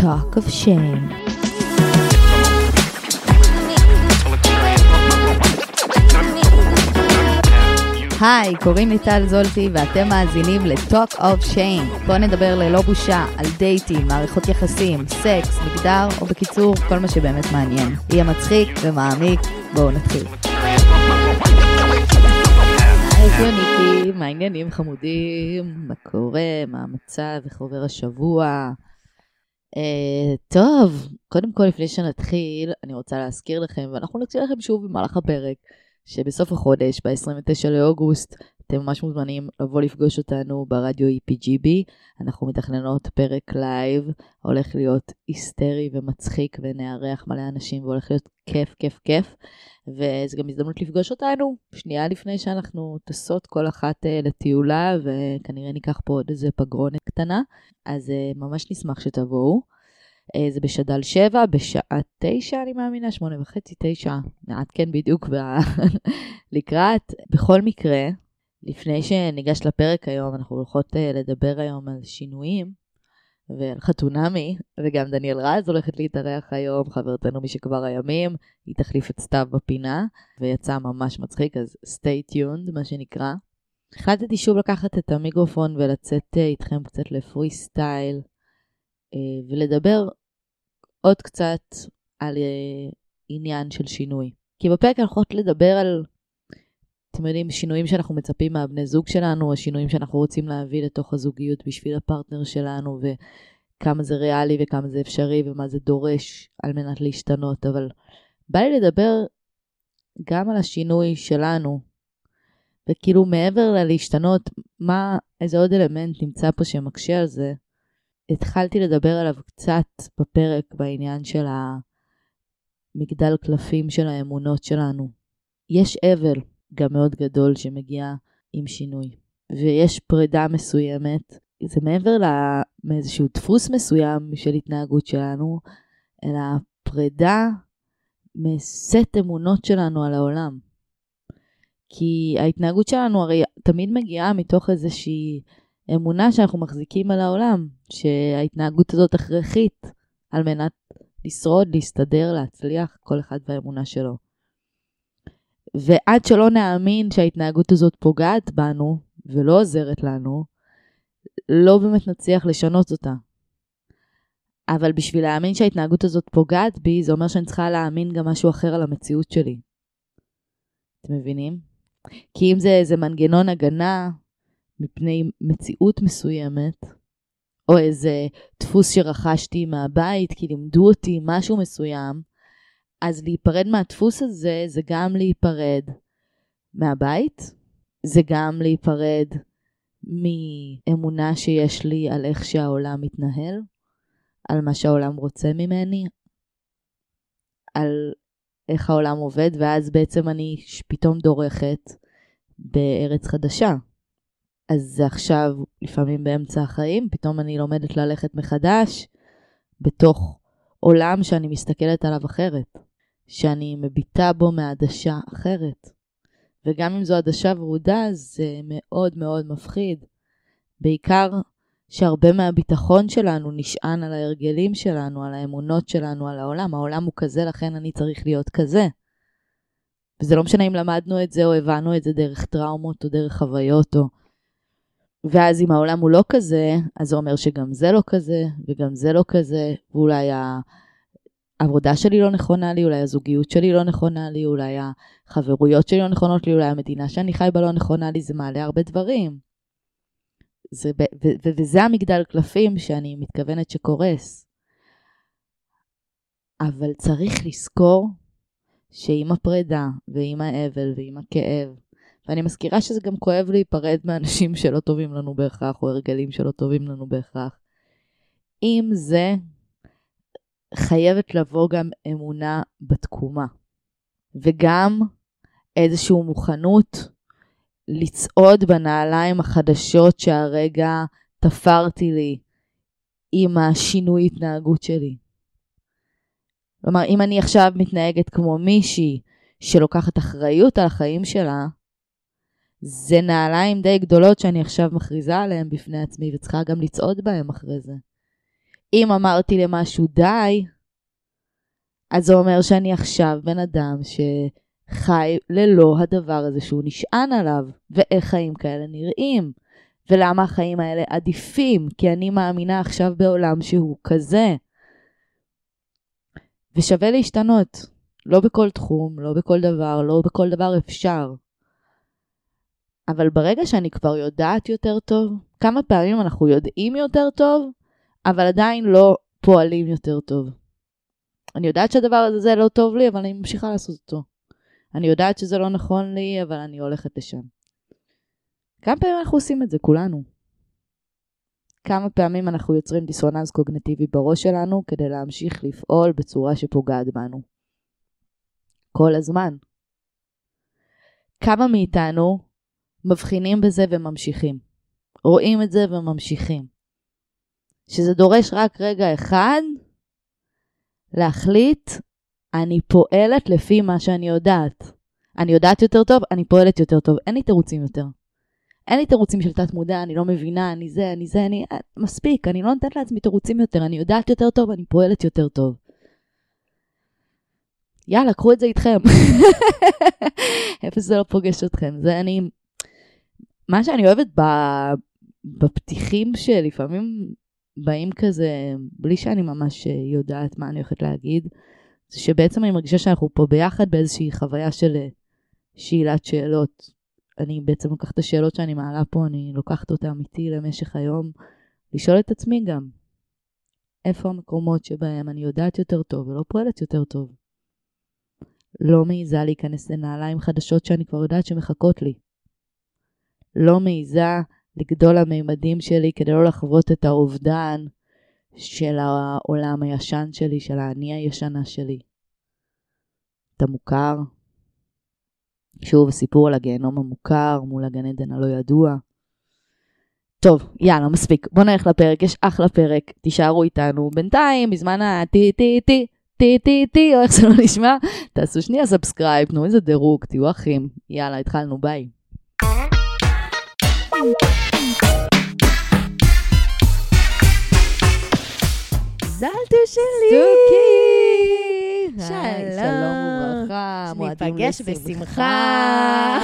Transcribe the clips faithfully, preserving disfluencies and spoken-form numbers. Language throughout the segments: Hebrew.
Talk of Shame. היי, קוראים לי טל זולטי ואתם מאזינים ל-Talk of Shame. בואו נדבר ללא בושה על דייטים, מערכות יחסים, סקס, מגדר, או בקיצור, כל מה שבאמת מעניין. יהיה מצחיק ומעמיק, בואו נתחיל. היי זוניקי, מה העניינים חמודים? מה קורה? מה המצב? איך עובר השבוע? Uh, טוב, קודם כל לפני שנתחיל, אני רוצה להזכיר לכם, ואנחנו נקשיב לכם שוב במהלך הפרק, שבסוף החודש, ב-עשרים ותשעה לאוגוסט, אתם ממש מוזמנים לבוא לפגוש אותנו ברדיו אי פי ג'י בי. אנחנו מתכננות פרק לייב, הולך להיות היסטרי ומצחיק ונארח מלא אנשים, והולך להיות כיף, כיף, כיף. וזה גם הזדמנות לפגוש אותנו, שנייה לפני שאנחנו טסות כל אחת לטיולה, וכנראה ניקח פה עוד איזה פגרונת קטנה. אז ממש נשמח שתבואו. זה בשדל שבע, בשעה תשע אני מאמינה, שמונה וחצי, תשע, נעדכן בדיוק לקראת. בכל מקרה, לפני שניגש לפרק היום, אנחנו הולכות לדבר היום על שינויים, ועל חתונמי, וגם דניאל רז הולכת להתארח היום, חברתנו משכבר הימים, היא תחליף את סתיו בפינה, ויצא ממש מצחיק, אז stay tuned, מה שנקרא. החלטתי שוב לקחת את המיקרופון ולצאת איתכם קצת לפרי סטייל, ולדבר עוד קצת על עניין של שינוי. כי בפרק אנחנו הולכות לדבר על, אתם יודעים, שינויים שאנחנו מצפים מהבני זוג שלנו, או שינויים שאנחנו רוצים להביא לתוך הזוגיות בשביל הפרטנר שלנו, וכמה זה ריאלי וכמה זה אפשרי, ומה זה דורש על מנת להשתנות. אבל בא לי לדבר גם על השינוי שלנו, וכאילו מעבר ללהשתנות, מה, איזה עוד אלמנט נמצא פה שמקשה על זה. התחלתי לדבר עליו קצת בפרק בעניין של המגדל קלפים של האמונות שלנו. יש אבל גם מאוד גדול שמגיע עם שינוי. ויש פרידה מסוימת. זה מעבר לאיזשהו דפוס מסוים של התנהגות שלנו, אלא פרידה מסט אמונות שלנו על העולם. כי ההתנהגות שלנו הרי תמיד מגיעה מתוך איזושהי אמונה שאנחנו מחזיקים על העולם, שההתנהגות הזאת הכרחית על מנת לשרוד, להסתדר, להצליח, כל אחד והאמונה שלו. ועד שלא נאמין שההתנהגות הזאת פוגעת בנו ולא עוזרת לנו, לא באמת נצליח לשנות אותה. אבל בשביל להאמין שההתנהגות הזאת פוגעת בי, זה אומר שאני צריכה להאמין גם משהו אחר על המציאות שלי. אתם מבינים? כי אם זה איזה מנגנון הגנה מפני מציאות מסוימת, או איזה דפוס שרכשתי מהבית, כי לימדו אותי משהו מסוים, אז להיפרד מהדפוס הזה, זה גם להיפרד מהבית, זה גם להיפרד מאמונה שיש לי על איך שהעולם מתנהל, על מה שהעולם רוצה ממני, על איך העולם עובד, ואז בעצם אני פתאום דורכת בארץ חדשה. אז זה עכשיו, לפעמים באמצע החיים, פתאום אני לומדת ללכת מחדש, בתוך עולם שאני מסתכלת עליו אחרת, שאני מביטה בו מעדשה אחרת. וגם אם זו עדשה ורודה, זה מאוד מאוד מפחיד. בעיקר שהרבה מהביטחון שלנו נשען על ההרגלים שלנו, על האמונות שלנו, על העולם. העולם הוא כזה, לכן אני צריך להיות כזה. וזה לא משנה אם למדנו את זה או הבנו את זה דרך טראומות או דרך חוויות או... ואז אם העולם הוא לא כזה, אז זה אומר שגם זה לא כזה, וגם זה לא כזה, ואולי העבודה שלי לא נכונה לי, אולי הזוגיות שלי לא נכונה לי, אולי החברויות שלי לא נכונות לי, אולי המדינה שאני חי בה לא נכונה לי, זה מעלה הרבה דברים. זה, ו, ו, וזה המגדל קלפים שאני מתכוונת שקורס. אבל צריך לזכור שעם הפרידה, ועם האבל, ועם הכאב, ואני מזכירה שזה גם כואב להיפרד מאנשים שלא טובים לנו בהכרח, או הרגלים שלא טובים לנו בהכרח. עם זה, חייבת לבוא גם אמונה בתקומה. וגם איזושהי מוכנות לצעוד בנעליים החדשות שהרגע תפרתי לי עם השינוי התנהגות שלי. כלומר, אם אני עכשיו מתנהגת כמו מישהי שלוקחת אחריות על החיים שלה, זה נעליים די גדולות שאני עכשיו מכריזה עליהם בפני עצמי, וצריכה גם לצעוד בהם אחרי זה. אם אמרתי למשהו די, אז זה אומר שאני עכשיו בן אדם שחי ללא הדבר הזה שהוא נשען עליו, ואיך חיים כאלה נראים, ולמה החיים האלה עדיפים, כי אני מאמינה עכשיו בעולם שהוא כזה. ושווה להשתנות, לא בכל תחום, לא בכל דבר, לא בכל דבר אפשר. אבל ברגע שאני כבר יודעת יותר טוב, כמה פעמים אנחנו יודעים יותר טוב, אבל עדיין לא פועלים יותר טוב. אני יודעת שהדבר הזה לא טוב לי, אבל אני ממשיכה לעשות אותו. אני יודעת שזה לא נכון לי, אבל אני הולכת לשם. כמה פעמים אנחנו עושים את זה, כולנו? כמה פעמים אנחנו יוצרים דיסוננס קוגניטיבי בראש שלנו, כדי להמשיך לפעול בצורה שפוגעת בנו. כל הזמן. כמה מאיתנו מבחינים בזה וממשיכים. רואים את זה וממשיכים. שזה דורש רק רגע אחד, להחליט, אני פועלת לפי מה שאני יודעת. אני יודעת יותר טוב, אני פועלת יותר טוב. אין לי תירוצים יותר. אין לי תירוצים של תת מודע, אני לא מבינה, אני זה, אני זה, אני... מספיק, אני לא נותנת לעצמי תירוצים יותר, אני יודעת יותר טוב, אני פועלת יותר טוב. יאללה, קחו את זה איתכם. איפה זה לא פוגש אתכם. זה אני... מה שאני אוהבת ב... בפתיחים שלפעמים באים כזה, בלי שאני ממש יודעת מה אני הולכת להגיד, זה שבעצם אני מרגישה שאנחנו פה ביחד באיזושהי חוויה של שאלת שאלות. אני בעצם לוקחת את השאלות שאני מעלה פה, אני לוקחת אותם איתי למשך היום, לשאול את עצמי גם, איפה המקומות שבהם אני יודעת יותר טוב ולא פועלת יותר טוב. לא מעיזה להיכנס לנעליים חדשות שאני כבר יודעת שמחכות לי. לא מעיזה לגדול הממדים שלי כדי לא לחוות את האובדן של העולם הישן שלי, של האני הישנה שלי. את המוכר. שוב, סיפור על הגיהנום המוכר מול הגן עדן הלא ידוע. טוב, יאללה, מספיק. בוא נלך לפרק, יש אחלה פרק. תישארו איתנו. בינתיים, בזמן ה-טי טי טי, טי טי טי, או איך זה לא נשמע, תעשו שנייה סאבסקרייב, תנו איזה דירוג, תהיו אחים. יאללה, התחלנו, ביי. זלטו שלי! סוכי! שלום! שלום וברכה, מועדים ניפגש בשמחה!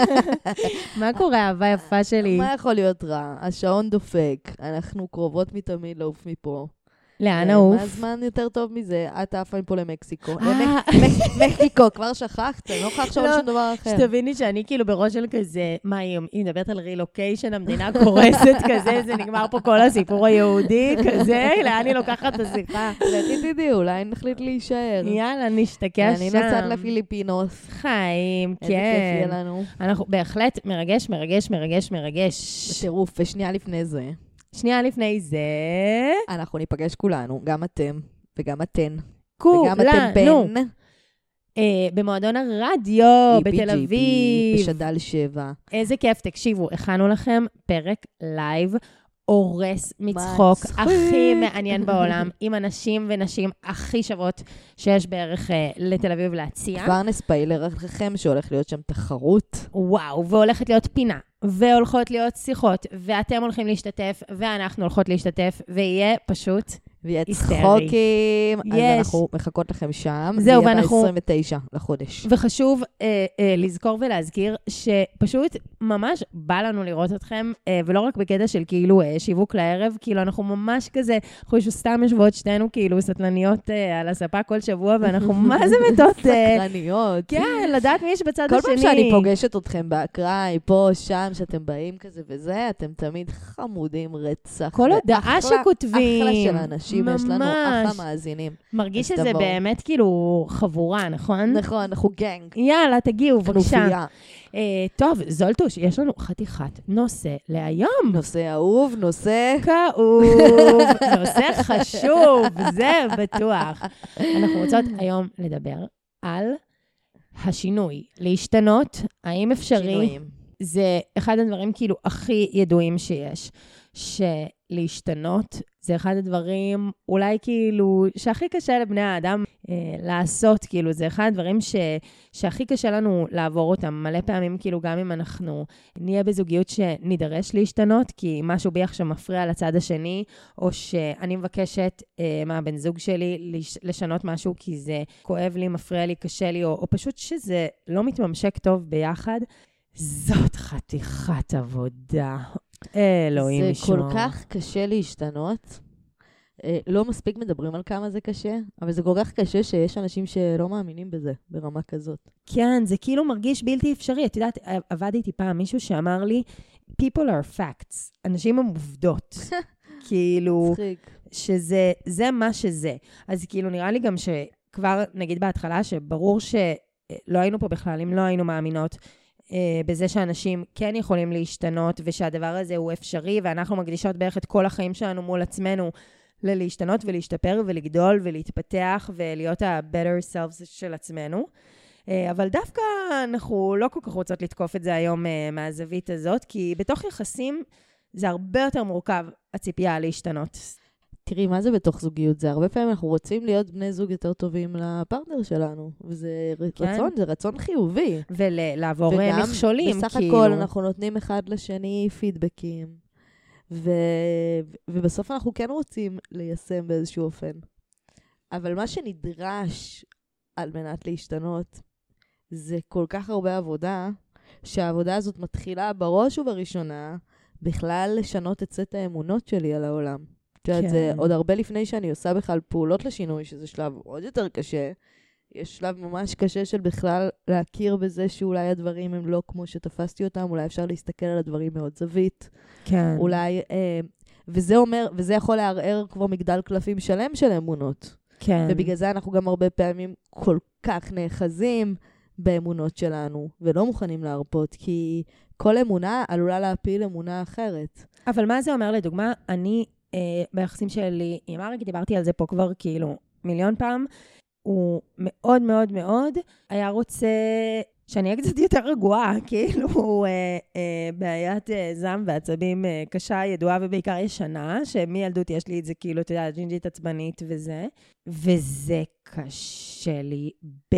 מה קורה, אהבה יפה שלי? מה יכול להיות רע? השעון דופק, אנחנו קרובות מתמיד לעוף מפה. לאן העוף? מה הזמן יותר טוב מזה? את עפה מפה למקסיקו. מקסיקו, כבר שכחת, אני לא יכולה לחשוב על שום דבר אחר. שתביני שאני כאילו בראש של כזה, מה היא מדברת על רילוקיישן, המדינה קורסת כזה, זה נגמר פה כל הסיפור היהודי, כזה, לאן היא לוקחת את השיחה? לכי תדעי, אולי נחליט להישאר. יאללה, נשתקע שם. אני נוסעת לפיליפינוס. חיים, כן. איזה כיף יהיה לנו. אנחנו בהחלט מרגש, מרגש, מרגש, מרגש. בטירוף, ושנייה לפני זה. שנייה לפני זה... אנחנו ניפגש כולנו, גם אתם וגם אתן. כולנו. וגם אתם בן. אה, במועדון הרדיו בתל אביב. בשדל שבע. איזה כיף, תקשיבו, הכנו לכם פרק לייב, אורס מצחוק, הכי מעניין בעולם, עם אנשים ונשים הכי שוות שיש בערך אה, לתל אביב להציע. כבר נספיילר לכם שהולך להיות שם תחרות. וואו, והולכת להיות פינה. והולכות להיות שיחות, ואתם הולכים להשתתף, ואנחנו הולכות להשתתף, ויהיה פשוט ויהיה צחוקים, אז אנחנו מחכות לכם שם. זהו, זה יהיה ואנחנו... ב-עשרים ותשע לחודש. וחשוב אה, אה, לזכור ולהזכיר, שפשוט ממש בא לנו לראות אתכם, אה, ולא רק בקטע של כאילו אה, שיווק לערב, כאילו אנחנו ממש כזה, אנחנו סתם יושבות שתינו, כאילו סטלניות אה, על הספה כל שבוע, ואנחנו מה זה מתות... סקרניות. כן, לדעת מי יש בצד כל השני. פעם שאני פוגשת אתכם באקראי, פה, שם, שאתם באים כזה וזה, אתם תמיד חמודים רצח. כל הודעה שכותבים. אחלה של אנשים, יש לנו אחלה מאזינים. מרגיש שזה באמת כאילו חבורה, נכון? נכון, אנחנו גנג. יאללה, תגיעו, בבקשה. כנופיה. טוב, זולטוש, יש לנו חתיכת נושא להיום. נושא אהוב, נושא... כאוב, נושא חשוב, זה בטוח. אנחנו רוצות היום לדבר על השינוי. להשתנות, האם אפשרי? שינויים. זה אחד הדברים כאילו הכי ידועים שיש. שלהשתנות זה אחד הדברים, אולי כאילו, שהכי קשה לבני האדם אה, לעשות, כאילו, זה אחד הדברים ש, שהכי קשה לנו לעבור אותם. מלא פעמים, כאילו, גם אם אנחנו נהיה בזוגיות שנידרש להשתנות, כי משהו בי עכשיו מפריע לצד השני, או שאני מבקשת אה, מהבן זוג שלי לש, לשנות משהו, כי זה כואב לי, מפריע לי, קשה לי, או, או פשוט שזה לא מתממשק טוב ביחד, זאת חתיכת עבודה. אלוהים זה ישמור. כל כך קשה להשתנות. לא מספיק מדברים על כמה זה קשה, אבל זה כל כך קשה שיש אנשים שלא מאמינים בזה ברמה כזאת. כן, זה כאילו מרגיש בלתי אפשרי. את יודעת, עבדתי פעם מישהו שאמר לי, people are facts, אנשים הם עובדות. כאילו, שזה זה מה שזה. אז כאילו נראה לי גם שכבר נגיד בהתחלה, שברור שלא היינו פה בכלל, אם לא היינו מאמינות, בזה שאנשים כן יכולים להשתנות, ושהדבר הזה הוא אפשרי, ואנחנו מקדישות בערך את כל החיים שלנו מול עצמנו, ללהשתנות ולהשתפר ולגדול ולהתפתח, ולהיות ה-better selves של עצמנו. אבל דווקא אנחנו לא כל כך רוצות לתקוף את זה היום מהזווית הזאת, כי בתוך יחסים זה הרבה יותר מורכב, הציפייה להשתנות. תראי, מה זה בתוך זוגיות? זה הרבה פעמים אנחנו רוצים להיות בני זוג יותר טובים לפרטנר שלנו, וזה כן. רצון, זה רצון חיובי. ולעבור מכשולים, כאילו. בסך כאילו. הכל אנחנו נותנים אחד לשני פידבקים, ו... ובסוף אנחנו כן רוצים ליישם באיזשהו אופן. אבל מה שנדרש על מנת להשתנות, זה כל כך הרבה עבודה, שהעבודה הזאת מתחילה בראש ובראשונה, בכלל לשנות את סט האמונות שלי על העולם. כן. זה עוד הרבה לפני שאני עושה בכלל פעולות לשינוי, שזה שלב עוד יותר קשה. יש שלב ממש קשה של בכלל להכיר בזה שאולי הדברים הם לא כמו שתפסתי אותם, אולי אפשר להסתכל על הדברים מאוד זווית. כן. אולי, אה, וזה אומר, וזה יכול לערער כבר מגדל קלפים שלם של אמונות. כן. ובגלל זה אנחנו גם הרבה פעמים כל כך נאחזים באמונות שלנו, ולא מוכנים להרפות, כי כל אמונה עלולה להפיל אמונה אחרת. אבל מה זה אומר לדוגמה? אני... Uh, ביחסים שלי עם אריק, דיברתי על זה פה כבר כאילו מיליון פעם, הוא מאוד מאוד מאוד היה רוצה שאני אהיה קצת יותר רגועה, כאילו uh, uh, בעיית uh, זעם ועצבים uh, קשה, ידועה ובעיקר ישנה, שמילדות יש לי את זה כאילו, אתה יודע, ג'ינג'ית עצבנית וזה, וזה קשה לי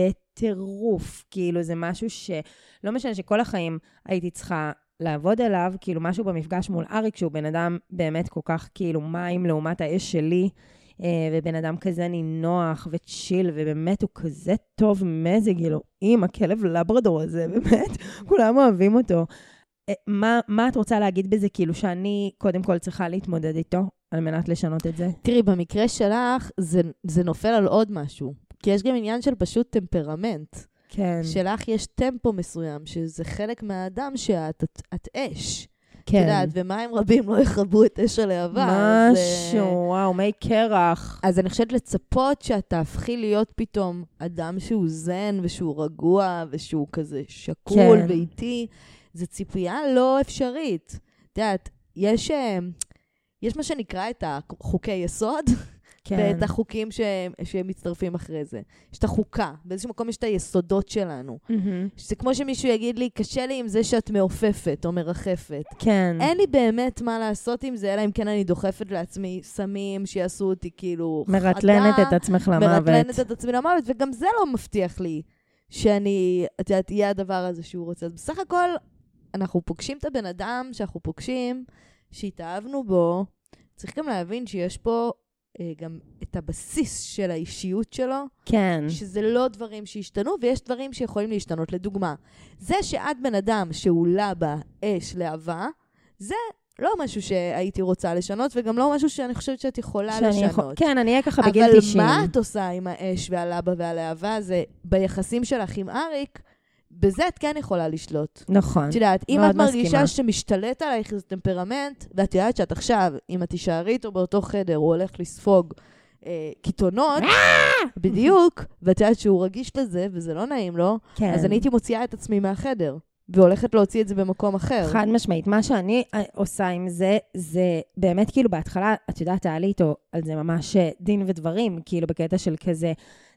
בטירוף, כאילו זה משהו שלא משנה שכל החיים הייתי צריכה לעבוד עליו, כאילו משהו במפגש מול אריק, שהוא בן אדם באמת כל כך כאילו מים לעומת האש שלי, ובן אדם כזה נינוח וצ'יל, ובאמת הוא כזה טוב מזג, אלוהים, הכלב לברדור הזה, באמת, כולם אוהבים אותו. מה, מה את רוצה להגיד בזה? כאילו שאני קודם כל צריכה להתמודד איתו, על מנת לשנות את זה? תראי, במקרה שלך, זה, זה נופל על עוד משהו, כי יש גם עניין של פשוט טמפרמנט. כן. שלך יש טמפו מסוים, שזה חלק מהאדם שאת את, את אש. כן. יודעת, ומים רבים לא יחבו את אש הלהבה. משהו, אז, וואו, מי קרח. אז אני חושבת לצפות שאת תהפכי להיות פתאום אדם שהוא זן, ושהוא רגוע, ושהוא כזה שקול כן. ואיטי. זו ציפייה לא אפשרית. יודעת, יש, יש מה שנקרא את החוקי יסוד, כן. ואת החוקים שהם, שהם מצטרפים אחרי זה. יש את החוקה, באיזשהו מקום יש את היסודות שלנו. Mm-hmm. זה כמו שמישהו יגיד לי, קשה לי עם זה שאת מעופפת או מרחפת. כן. אין לי באמת מה לעשות עם זה, אלא אם כן אני דוחפת לעצמי סמים שיעשו אותי כאילו מרטלנת חדה, את עצמך למוות. מרטלנת את עצמי למוות, וגם זה לא מבטיח לי שאני, את יודעת, יהיה הדבר הזה שהוא רוצה. אז בסך הכל, אנחנו פוגשים את הבן אדם שאנחנו פוגשים, שהתאהבנו בו, צריך גם להבין שיש פה גם את הבסיס של האישיות שלו, כן. שזה לא דברים שהשתנו, ויש דברים שיכולים להשתנות. לדוגמה, זה שאת בן אדם שעולה באש להבה, זה לא משהו שהייתי רוצה לשנות, וגם לא משהו שאני חושבת שאת יכולה לשנות. יכול... כן, אני אהיה ככה בגיל תשעים. אבל מה את עושה עם האש והלבה והלהבה? זה ביחסים שלך עם אריק, בזה את כן יכולה לשלוט. נכון. את יודעת, אם את מרגישה שמשתלט עלייך איזה טמפרמנט, ואת יודעת שאת עכשיו, אם את תישארי איתו באותו חדר, הוא הולך לספוג אה, קיתונות, בדיוק, ואת יודעת שהוא רגיש לזה, וזה לא נעים לו, כן. אז אני הייתי מוציאה את עצמי מהחדר, והולכת להוציא את זה במקום אחר. חד משמעית. מה שאני עושה עם זה, זה באמת כאילו בהתחלה, את יודעת, היה לי איתו על זה ממש דין ודברים, כאילו בקטע של כזה,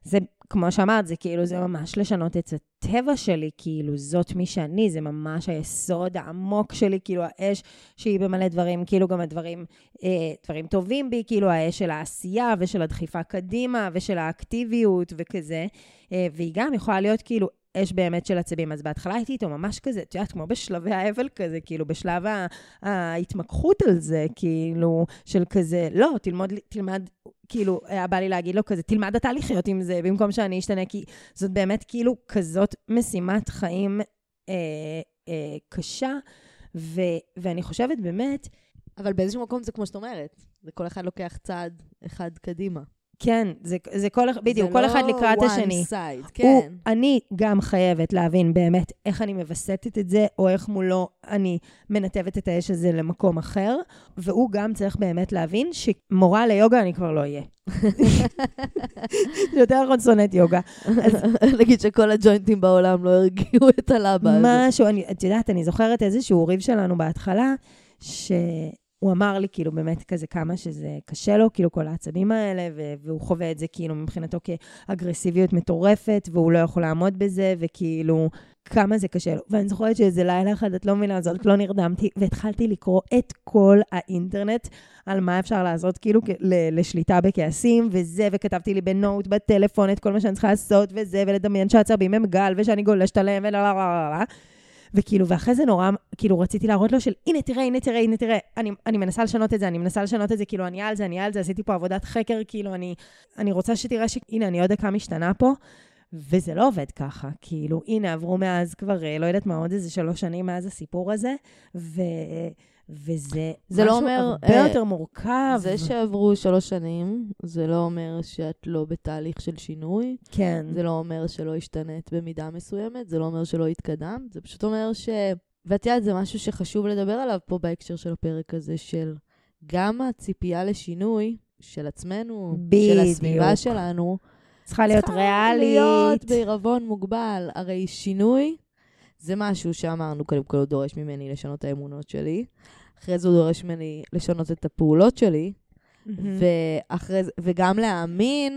זה, כמו שאמרת, זה כאילו, זה ממש לשנות את הטבע שלי, כאילו, זאת מי שאני, זה ממש היסוד העמוק שלי, כאילו, האש שהיא במלא דברים, כאילו, גם הדברים, אה, דברים טובים בי, כאילו, האש של העשייה ושל הדחיפה קדימה ושל האקטיביות וכזה, אה, והיא גם יכולה להיות, כאילו, אש באמת של עצבים. אז בהתחלה הייתי איתו ממש כזה, את יודעת, כמו בשלבי האבל כזה, כאילו, בשלב ההתמקחות על זה, כאילו, של כזה, לא, תלמוד, תלמד, כאילו, היה בא לי להגיד לו כזה, תלמד אתה לחיות עם זה, במקום שאני אשתנה, כי זאת באמת כאילו כזאת משימת חיים אה, אה, קשה, ו, ואני חושבת באמת... אבל באיזשהו מקום זה כמו שאת אומרת, זה כל אחד לוקח צעד אחד קדימה. כן, זה, זה כל, בדיוק, זה כל לא אחד לקראת one השני. side, כן. הוא, אני גם חייבת להבין באמת איך אני מבסטת את זה, או איך מולו אני מנתבת את האש הזה למקום אחר, והוא גם צריך באמת להבין שמורה ליוגה אני כבר לא אהיה. יותר נכון שונאת יוגה. נגיד שכל הג'וינטים בעולם לא הרגיעו את הלבה הזה. משהו, את יודעת, אני זוכרת איזשהו ריב שלנו בהתחלה, ש... הוא אמר לי כאילו באמת כזה כמה שזה קשה לו, כאילו כל העצבים האלה, והוא חווה את זה כאילו מבחינתו כאגרסיביות מטורפת, והוא לא יכול לעמוד בזה, וכאילו כמה זה קשה לו. ואני זוכרת שאיזה לילה אחד, את לא מבינה, זאת לא נרדמתי, והתחלתי לקרוא את כל האינטרנט, על מה אפשר לעשות כאילו לשליטה בכעסים, וזה, וכתבתי לי בנוט, בטלפון, את כל מה שאני צריכה לעשות, וזה, ולדמיין שהעצבים הם גל, ושאני גולשת עליהם, ולא וכאילו, ואחרי זה נורא, כאילו, רציתי להראות לו של, הנה, תראה, הנה, תראה, הנה, תראה, אני, אני מנסה לשנות את זה, אני מנסה לשנות את זה, כאילו, אני על זה, אני על זה, עשיתי פה עבודת חקר, כאילו, אני, אני רוצה שתראה ש... הנה, אני עוד דקה משתנה פה, וזה לא עובד ככה, כאילו, הנה, עברו מאז כבר, לא יודעת מה, עוד איזה שלוש שנים מאז הסיפור הזה, ו... וזה זה משהו לא אומר, הרבה אה, יותר מורכב. זה שעברו שלוש שנים, זה לא אומר שאת לא בתהליך של שינוי. כן. זה לא אומר שלא השתנית במידה מסוימת, זה לא אומר שלא התקדמת, זה פשוט אומר ש... ואת יודעת, זה משהו שחשוב לדבר עליו פה בהקשר של הפרק הזה, של גם הציפייה לשינוי של עצמנו, בדיוק. של הסביבה שלנו, צריכה להיות צריכה ריאלית. להיות בעירבון מוגבל. הרי שינוי זה משהו שאמרנו, קודם כל הוא דורש ממני לשנות את האמונות שלי, אחרי זה הוא דורש ממני לשנות את הפעולות שלי, mm-hmm. ואחרי זה, וגם להאמין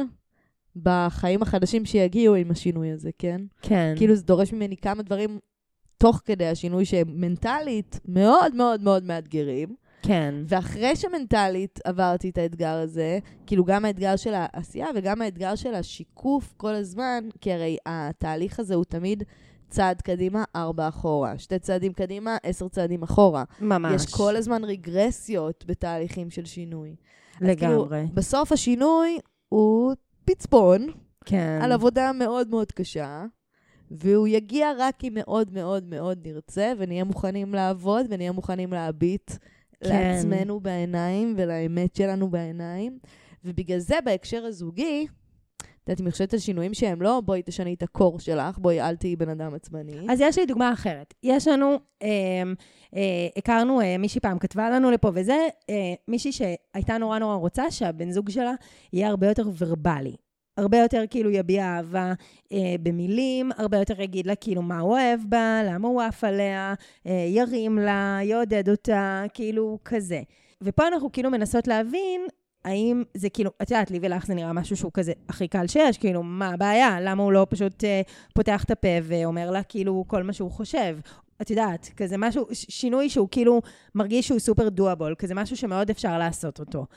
בחיים החדשים שיגיעו עם השינוי הזה, כן? כן. כאילו זה דורש ממני כמה דברים תוך כדי השינוי שהם מנטלית מאוד מאוד מאוד מאתגרים. כן. ואחרי שמנטלית עברתי את האתגר הזה, כאילו גם האתגר של העשייה וגם האתגר של השיקוף כל הזמן, כי הרי התהליך הזה הוא תמיד צעד קדימה, ארבע אחורה. שתי צעדים קדימה, עשר צעדים אחורה. ממש. יש כל הזמן רגרסיות בתהליכים של שינוי. לגמרי. כאילו, בסוף השינוי הוא פצפון, כן. על עבודה מאוד מאוד קשה, והוא יגיע רק אם מאוד מאוד מאוד נרצה, ונהיה מוכנים לעבוד, ונהיה מוכנים להביט כן. לעצמנו בעיניים, ולאמת שלנו בעיניים. ובגלל זה, בהקשר הזוגי, את יודעת, אם חושבת על שינויים שהם לא, בואי תשני את הקור שלך, בואי אל תהיי בן אדם עצמני. אז יש לי דוגמה אחרת. יש לנו, אה, אה, הכרנו, אה, מישהי פעם כתבה לנו לפה, וזה אה, מישהי שהייתה נורא נורא רוצה שהבן זוג שלה יהיה הרבה יותר ורבלי. הרבה יותר כאילו יביע אהבה אה, במילים, הרבה יותר יגיד לה כאילו מה הוא אוהב בה, למה הוא אף עליה, אה, ירים לה, יעודד אותה, כאילו כזה. ופה אנחנו כאילו מנסות להבין, האם זה כאילו, את יודעת, לי ולך זה נראה משהו שהוא כזה הכי קל שיש, כאילו, מה הבעיה? למה הוא לא פשוט אה, פותח את הפה ואומר לה כאילו כל מה שהוא חושב? את יודעת, כזה משהו, שינוי שהוא כאילו מרגיש שהוא סופר דואבול, כזה משהו שמאוד אפשר לעשות אותו.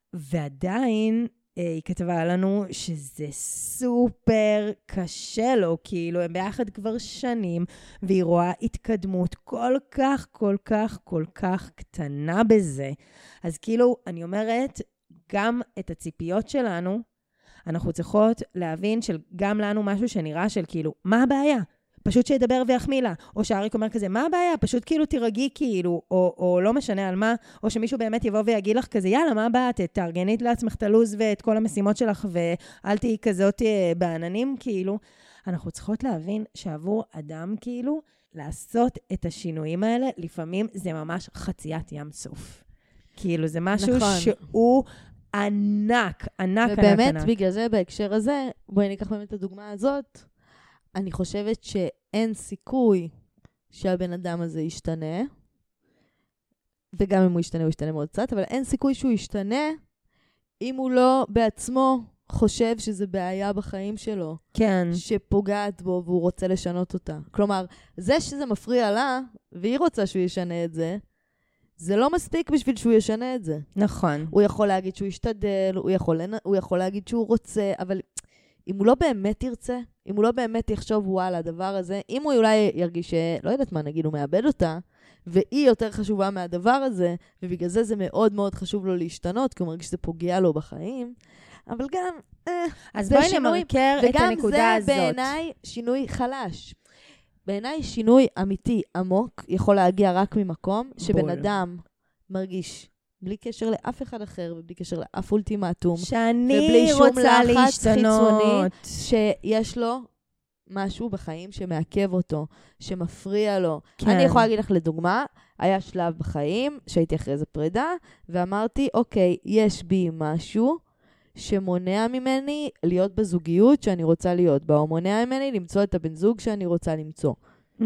ועדיין, אה, היא כתבה לנו שזה סופר קשה לו, כאילו, הם ביחד כבר שנים, והיא רואה התקדמות כל כך, כל כך, כל כך קטנה בזה. אז כאילו, אני אומרת, גם את הציפיות שלנו, אנחנו צריכות להבין של גם לנו משהו שנראה של כאילו, מה הבעיה? פשוט שידבר ויחמיא לה. או שאריק אומר כזה, מה הבעיה? פשוט כאילו תירגעי כאילו, או, או לא משנה על מה, או שמישהו באמת יבוא ויגיד לך כזה, יאללה, מה הבעיה? תארגנית לעצמך את הלוז ואת כל המשימות שלך, ואל תהיי כזאת בעננים, כאילו. אנחנו צריכות להבין שעבור אדם כאילו, לעשות את השינויים האלה, לפעמים זה ממש חציית ים סוף. כאילו, זה משהו נכון. שהוא ענק, ענק, ענק, ובאמת, ענק. בגלל זה, בהקשר הזה, בואי ניקח באמת את הדוגמה הזאת, אני חושבת שאין סיכוי שהבן אדם הזה ישתנה, וגם אם הוא ישתנה, הוא ישתנה מאוד קצת, אבל אין סיכוי שהוא ישתנה, אם הוא לא בעצמו חושב שזה בעיה בחיים שלו. כן. שפוגעת בו והוא רוצה לשנות אותה. כלומר, זה שזה מפריע לה, והיא רוצה שהוא ישנה את זה, זה לא מספיק בשביל שהוא ישנה את זה. נכון. הוא יכול להגיד שהוא ישתדל, הוא יכול, הוא יכול להגיד שהוא רוצה, אבל אם הוא לא באמת ירצה, אם הוא לא באמת יחשוב, וואלה, הדבר הזה, אם הוא אולי ירגיש, לא יודעת מה, נגיד, הוא מאבד אותה, והיא יותר חשובה מהדבר הזה, ובגלל זה זה מאוד מאוד חשוב לו להשתנות, כי הוא מרגיש שזה פוגע לו בחיים, אבל גם, אה, אז בואי נמרקר את הנקודה הזאת. וגם זה בעיניי שינוי חלש. בעיניי שינוי אמיתי, עמוק, יכול להגיע רק ממקום שבן אדם מרגיש בלי קשר לאף אחד אחר, ובלי קשר לאף אולטימטום. שאני רוצה להשתנות. שיש לו משהו בחיים שמעכב אותו, שמפריע לו. כן. אני יכולה להגיד לך לדוגמה, היה שלב בחיים שהייתי אחרי איזה פרידה, ואמרתי, אוקיי, יש בי משהו שמונע ממני להיות בזוגיות שאני רוצה להיות בה, או מונע ממני למצוא את הבן זוג שאני רוצה למצוא. Mm-hmm.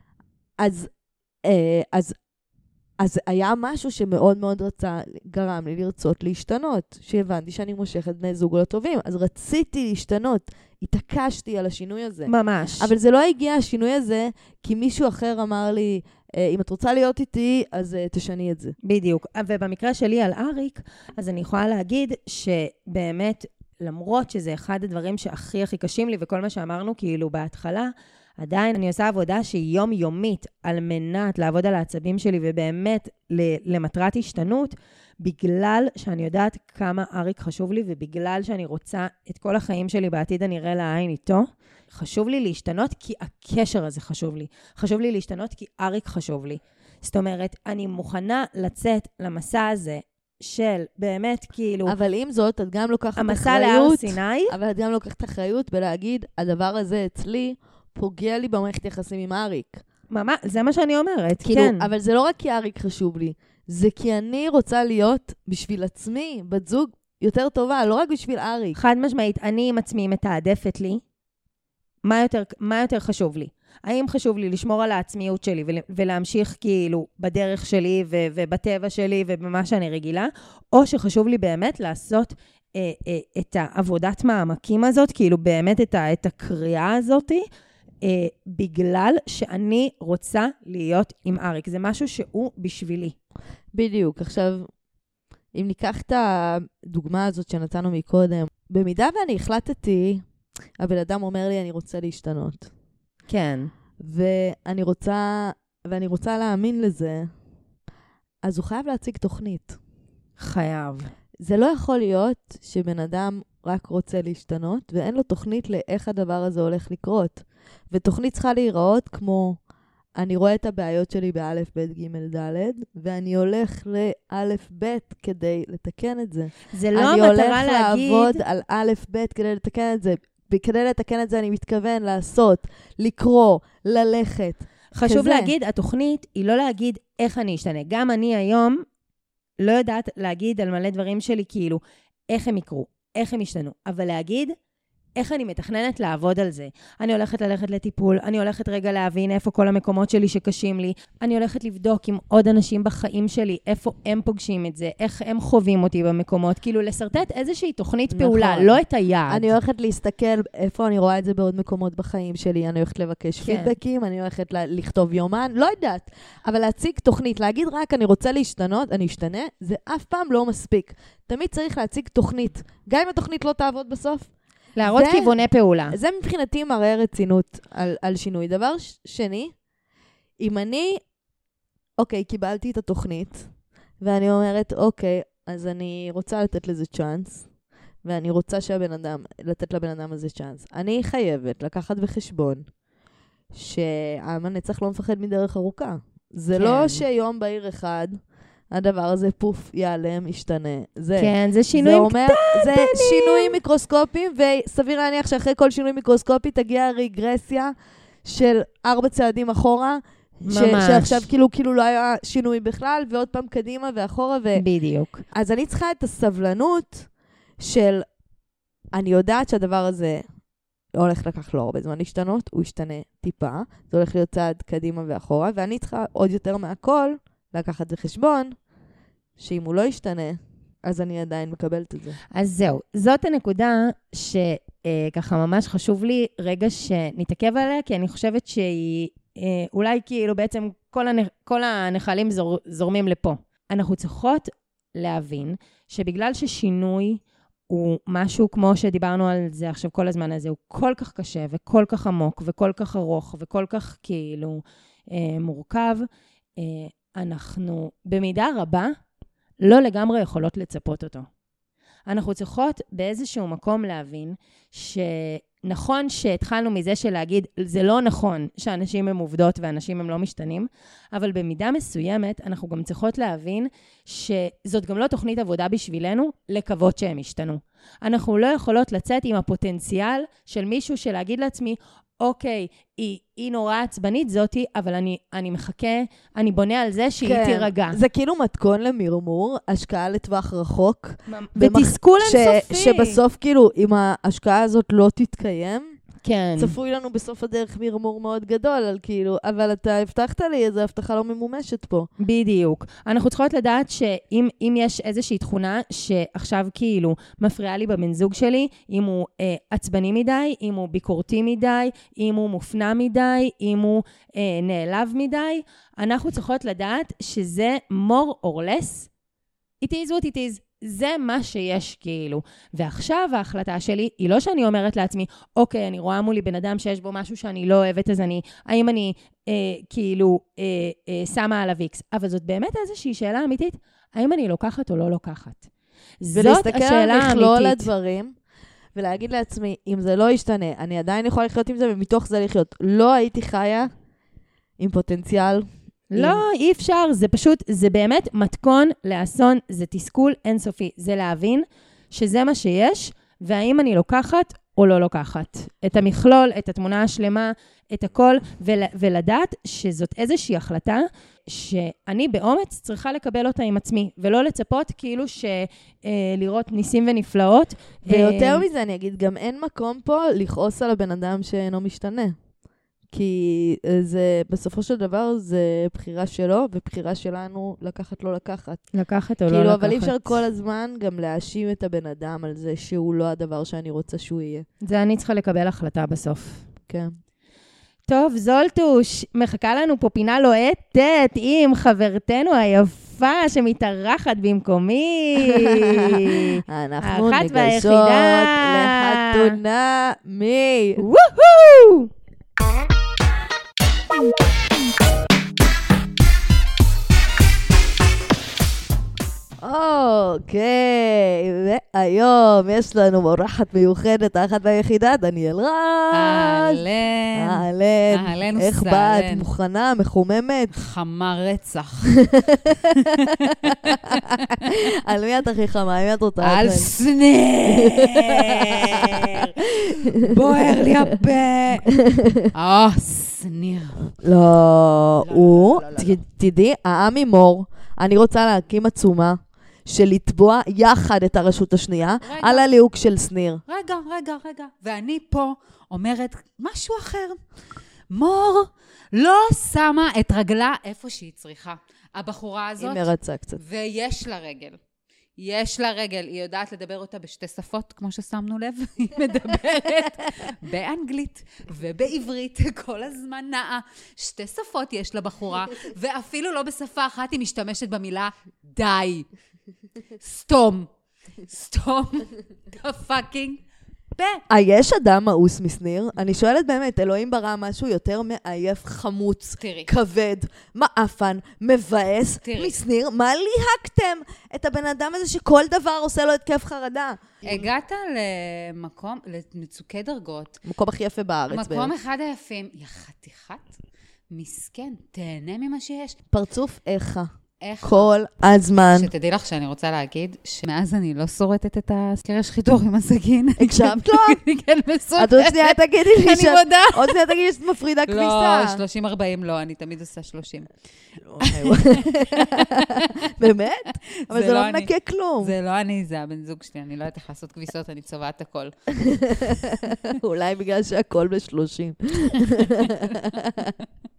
אז, אה, אז, אז היה משהו שמאוד מאוד רצה, גרם לי לרצות להשתנות, שהבנתי שאני מושכת בני זוג לא טובים, אז רציתי להשתנות, התעקשתי על השינוי הזה. ממש. אבל זה לא הגיע השינוי הזה, כי מישהו אחר אמר לי, אם את רוצה להיות איתי, אז תשני את זה. בדיוק. ובמקרה שלי על אריק, אז אני יכולה להגיד שבאמת, למרות שזה אחד הדברים שהכי הכי קשים לי, וכל מה שאמרנו כאילו בהתחלה, עדיין אני עושה עבודה שהיא יומיומית על מנת לעבוד על העצבים שלי, ובאמת למטרת השתנות, בגלל שאני יודעת כמה אריק חשוב לי, ובגלל שאני רוצה את כל החיים שלי בעתיד הנראה לעין איתו, חשוב לי להשתנות כי הקשר הזה חשוב לי. חשוב לי להשתנות כי אריק חשוב לי. זאת אומרת, אני מוכנה לצאת למסע הזה של באמת כאילו... אבל עם זאת, את גם לוקחת אחריות... המסע להר סיני. אבל את גם לוקחת אחריות בלהגיד, הדבר הזה אצלי פוגע לי במערכת יחסים עם אריק. ממש, זה מה שאני אומרת, כאילו, כן. אבל זה לא רק כי אריק חשוב לי, זה כי אני רוצה להיות בשביל עצמי, בת זוג יותר טובה, לא רק בשביל אריק. חד משמעית, אני עם עצמי מתעדפת לי, מה יותר, מה יותר חשוב לי? האם חשוב לי לשמור על העצמיות שלי ולהמשיך כאילו בדרך שלי ו- ובטבע שלי ובמה שאני רגילה, או שחשוב לי באמת לעשות אה, אה, את העבודת מעמקים הזאת, כאילו באמת את, ה- את הקריאה הזאת, אה, בגלל שאני רוצה להיות עם אריק. זה משהו שהוא בשבילי. בדיוק. עכשיו, אם ניקח את הדוגמה הזאת שנתנו מקודם, במידה ואני החלטתי, הבן אדם אומר לי, אני רוצה להשתנות. כן. ואני רוצה, ואני רוצה להאמין לזה, אז הוא חייב להציג תוכנית. חייב. זה לא יכול להיות שבן אדם רק רוצה להשתנות, ואין לו תוכנית לאיך הדבר הזה הולך לקרות. ותוכנית צריכה להיראות כמו, אני רואה את הבעיות שלי באלף, בית, ג', ד', ואני הולך לאלף, בית כדי לתקן את זה. זה לא המטרה להגיד... אני הולך לעבוד על אלף, בית כדי לתקן את זה. וכדי לתקן את זה אני מתכוון לעשות, לקרוא, ללכת. חשוב כזה. להגיד, התוכנית היא לא להגיד איך אני אשתנה. גם אני היום לא יודעת להגיד על מלא דברים שלי כאילו, איך הם יקרו, איך הם ישתנו. אבל להגיד איך אני מתכננת לעבוד על זה. אני הולכת ללכת לטיפול, אני הולכת רגע להבין איפה כל המקומות שלי שקשים לי, אני הולכת לבדוק עם עוד אנשים בחיים שלי, איפה הם פוגשים את זה, איך הם חווים אותי במקומות, כאילו לסרטט איזושהי תוכנית נכון. פעולה, לא את היעד. אני הולכת להסתכל איפה אני רואה את זה בעוד מקומות בחיים שלי, אני הולכת לבקש כן. פידבקים, אני הולכת ל- לכתוב יומן, לא יודעת, אבל להציג תוכנית, להגיד רק אני רוצה להשתנות, אני אשתנה, זה אף פעם לא מספיק. תמיד צריך להציג תוכנית, גם אם התוכנית לא תעבוד בסוף, להראות זה, כיווני פעולה. זה מבחינתי מראה רצינות על, על שינוי. דבר ש- שני, אם אני, אוקיי, קיבלתי את התוכנית, ואני אומרת, אוקיי, אז אני רוצה לתת לזה צ'אנס, ואני רוצה שהבן אדם, לתת לבן אדם הזה צ'אנס. אני חייבת לקחת בחשבון, שהעם הנצח לא מפחד מדרך ארוכה. זה כן. לא שיום בהיר אחד, הדבר הזה פוף, ייעלם, ישתנה. זה, כן, זה שינויים קטנים. זה שינויים מיקרוסקופיים, וסביר להניח שאחרי כל שינוי מיקרוסקופי תגיע רגרסיה של ארבע צעדים אחורה, ש- שעכשיו כאילו, כאילו לא היה שינוי בכלל, ועוד פעם קדימה ואחורה. ו... בדיוק. אז אני צריכה את הסבלנות של, אני יודעת שהדבר הזה הולך לקח לו הרבה זמן להשתנות, הוא ישתנה טיפה, זה הולך להיות צעד קדימה ואחורה, ואני צריכה עוד יותר מהכל, לקחת בחשבון, שאם הוא לא ישתנה, אז אני עדיין מקבלת את זה. אז זהו, זאת הנקודה שככה ממש חשוב לי רגע שנתעכב עליה, כי אני חושבת שהיא אולי כאילו בעצם כל, הנ... כל הנחלים זור... זורמים לפה. אנחנו צריכות להבין שבגלל ששינוי הוא משהו כמו שדיברנו על זה עכשיו כל הזמן הזה, הוא כל כך קשה וכל כך עמוק וכל כך ארוך וכל כך כאילו אה, מורכב, אה, אנחנו במידה רבה לא לגמרי יכולות לצפות אותו. אנחנו צריכות באיזשהו מקום להבין שנכון שהתחלנו מזה של להגיד, זה לא נכון שאנשים הם עובדות ואנשים הם לא משתנים, אבל במידה מסוימת אנחנו גם צריכות להבין שזאת גם לא תוכנית עבודה בשבילנו לקוות שהם ישתנו. אנחנו לא יכולות לצאת עם הפוטנציאל של מישהו שלהגיד לעצמי, אוקיי, היא, היא נורא עצבנית זאתי, אבל אני, אני מחכה, אני בונה על זה שהיא כן, תירגע. זה כאילו מתכון למרמור, השקעה לטווח רחוק. ותסכול אינסופי. שבסוף כאילו, אם ההשקעה הזאת לא תתקיים, כן. צפוי לנו בסוף הדרך מרמור מאוד גדול, על כאילו, אבל אתה הבטחת לי, איזו הבטחה לא ממומשת פה. בדיוק. אנחנו צריכות לדעת שאם אם יש איזושהי תכונה שעכשיו כאילו מפריעה לי בבן זוג שלי, אם הוא אה, עצבני מדי, אם הוא ביקורתי מדי, אם הוא מופנע מדי, אם הוא אה, נעלב מדי, אנחנו צריכות לדעת שזה more or less, it is what it is. זה מה שיש כאילו. ועכשיו ההחלטה שלי היא לא שאני אומרת לעצמי, אוקיי, אני רואה מולי בן אדם שיש בו משהו שאני לא אוהבת, אז אני, האם אני אה, כאילו אה, אה, שמה עליו איקס? אבל זאת באמת איזושהי שאלה אמיתית, האם אני לוקחת או לא לוקחת? זאת השאלה האמיתית. ולהסתכל על הדברים, ולהגיד לעצמי, אם זה לא ישתנה, אני עדיין יכולה לחיות עם זה, ומתוך זה לחיות. לא הייתי חיה עם פוטנציאל. לא, אי אפשר, זה פשוט, זה באמת מתכון לאסון, זה תסכול אינסופי, זה להבין שזה מה שיש, והאם אני לוקחת או לא לוקחת. את המכלול, את התמונה השלמה, את הכל, ול, ולדעת שזאת איזושהי החלטה, שאני באומץ צריכה לקבל אותה עם עצמי, ולא לצפות כאילו שלראות ניסים ונפלאות. ויותר מזה אני אגיד, גם אין מקום פה לכעוס על הבן אדם שאינו משתנה. כי זה, בסופו של דבר, זה בחירה שלו, ובחירה שלנו לקחת לא לקחת. לקחת או כאילו, לא לקחת. אבל אי אפשר כל הזמן גם להאשים את הבן אדם על זה שהוא לא הדבר שאני רוצה שהוא יהיה. זה אני צריכה לקבל החלטה בסוף. כן. טוב, זולטוש, מחכה לנו פה פינה לוהטת עם חברתנו היפה שמתארחת במקומי. אנחנו ניגשות לחתונה מי. וואו! אוקיי, והיום יש לנו מורחת מיוחדת, האחת והיחידה, דניאל רז. אהלן. אהלן. אהלן וסהלן. איך באת? מוכנה? מחוממת? חמה רצח. על מי את הכי חמה? על מי את רוצה? על שניר. בוער לי הפה. אה, שניר. לא, הוא, תדעי, העמי מור, אני רוצה להקים עצומה של לתבוע יחד את הרשות השנייה על הליהוק של שניר. רגע, רגע, רגע. ואני פה אומרת משהו אחר. מור לא שמה את רגלה איפה שהיא צריכה. הבחורה הזאת... היא מרצה קצת. ויש לה רגל. יש לה רגל. היא יודעת לדבר אותה בשתי שפות, כמו ששמנו לב. היא מדברת באנגלית ובעברית. כל הזמן נעה. שתי שפות יש לה בחורה, ואפילו לא בשפה אחת היא משתמשת במילה די. סתום. סתום. פאקינג. יש אדם מאוס מסניר? אני שואלת באמת, אלוהים ברא משהו יותר מעייף, חמוץ, תראי. כבד, מאפן, מבאס, תראי. מסניר? מה ליהקתם את הבן אדם הזה שכל דבר עושה לו התקף חרדה? הגעת למקום, למצוקי דרגות. מקום הכי יפה בארץ. מקום בערך. אחד היפים. יא חתיכת מסכן, תהנה ממה שיש. פרצוף איכה. איך? כל הזמן. שתדעי לך שאני רוצה להגיד, שמאז אני לא שורטת את הקרש חיתוך עם הסגין. הקשבת לו? אני כן מסורטת. את עוד שנייה תגידי לי שאת... אני מודה. עוד שנייה תגידי לי שאת מפרידה כביסה. לא, שלושים ארבעים לא, אני תמיד עושה שלושים. באמת? אבל זה לא מנקה כלום. זה לא אני, זה הבן זוג שלי, אני לא יודעת איך לעשות כביסות, אני צובעת הכל. אולי בגלל שהכל בשלושים.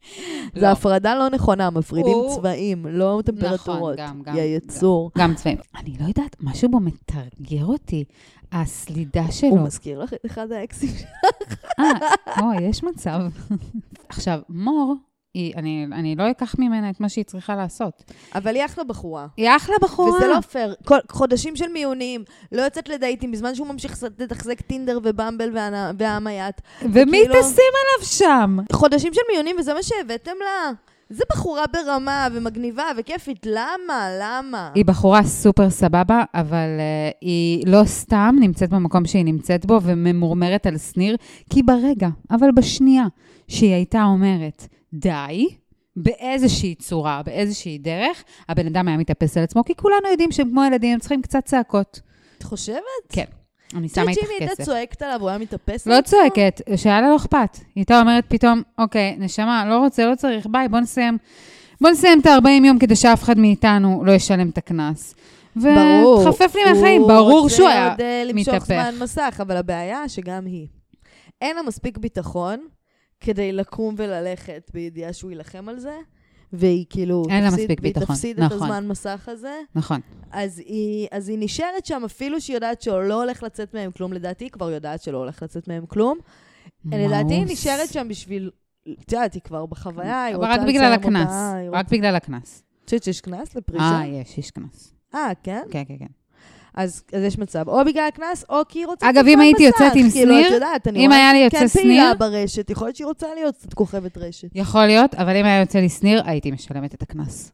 זה הפרדה לא נכונה, מפרידים הוא- צבעים, לא טמפרטורות. נכון, גם, גם. יא יצור. גם צבעים. אני לא יודעת, משהו בו מתרגר אותי. הסלידה שלו. הוא מזכיר לך את אחד האקסים שלו. אה, או, יש מצב. עכשיו, מור, היא, אני, אני לא אקח ממנה את מה שהיא צריכה לעשות. אבל היא אחלה בחורה. היא אחלה בחורה. וזה לא פייר. כל- חודשים של מיונים, לא יוצאת לדייטים, בזמן שהוא ממשיך לתחזק טינדר ובמבל והנ- והמייט. ומי וכאילו- תשים עליו שם? חודשים של מיונים, וזה מה שהבאתם לה. זה בחורה ברמה ומגניבה וכיפית. למה? למה? היא בחורה סופר סבבה, אבל uh, היא לא סתם נמצאת במקום שהיא נמצאת בו וממורמרת על שניר, כי ברגע, אבל בשנייה, שהיא הייתה אומרת, די, באיזושהי צורה, באיזושהי דרך, הבן אדם היה מתאפס על עצמו, כי כולנו יודעים שהם כמו ילדים, הם צריכים קצת צעקות. את חושבת? כן, אני שמה איתך שאם היא הייתה כסף. צועקת עליו, הוא היה מתאפס? לא על עצמו? צועקת, שהיה לה לא אכפת. היא הייתה אומרת פתאום, אוקיי, נשמה, לא רוצה, לא צריך, ביי, בוא נסיים. בוא נסיים את ה-ארבעים יום כדי שאף אחד מאיתנו לא ישלם את הקנס. ברור. ותחפף לי מהחיים, ברור שהוא היה הוא רוצה עוד אה, למשוך מתהפך. זמן מסך, אבל הבעיה שגם היא. אין לה מספיק ביטחון כדי לקום וללכת בידיעה שהוא ילחם על זה, והיא כאילו אין לה תפסיד- מספיק והיא ביטחון, תפסיד את נכון. הזמן מסך הזה, נכון. אז היא, אז היא נשארת שם, אפילו שהיא יודעת שלא הולך לצאת מהם כלום, לדעתי היא כבר יודעת שלא הולך לצאת מהם כלום. לדעתי היא מאוס. נשארת שם בשביל, את יודעת, היא כבר בחוויה, היא אבל רוצה רק בגלל לסיים הקנס. אותה, היא רק רוצה- בגלל הקנס. את חושבת שיש קנס לפרישה? אה, יש, יש קנס. אה, כן? כן, כן, כן. אז, אז יש מצב, או בגלל הקנס, או כי היא רוצה... אגב, קצת אם זמן הייתי מסך, יוצאת עם כאילו, שניר, את יודעת, אני אם רואה היה לי שהיא יוצא כן פעילה שניר- ברשת, יכול להיות שהיא רוצה להיות קצת כוכבת רשת. יכול להיות, אבל אם היה יוצא לי שניר, הייתי משלמת את הקנס.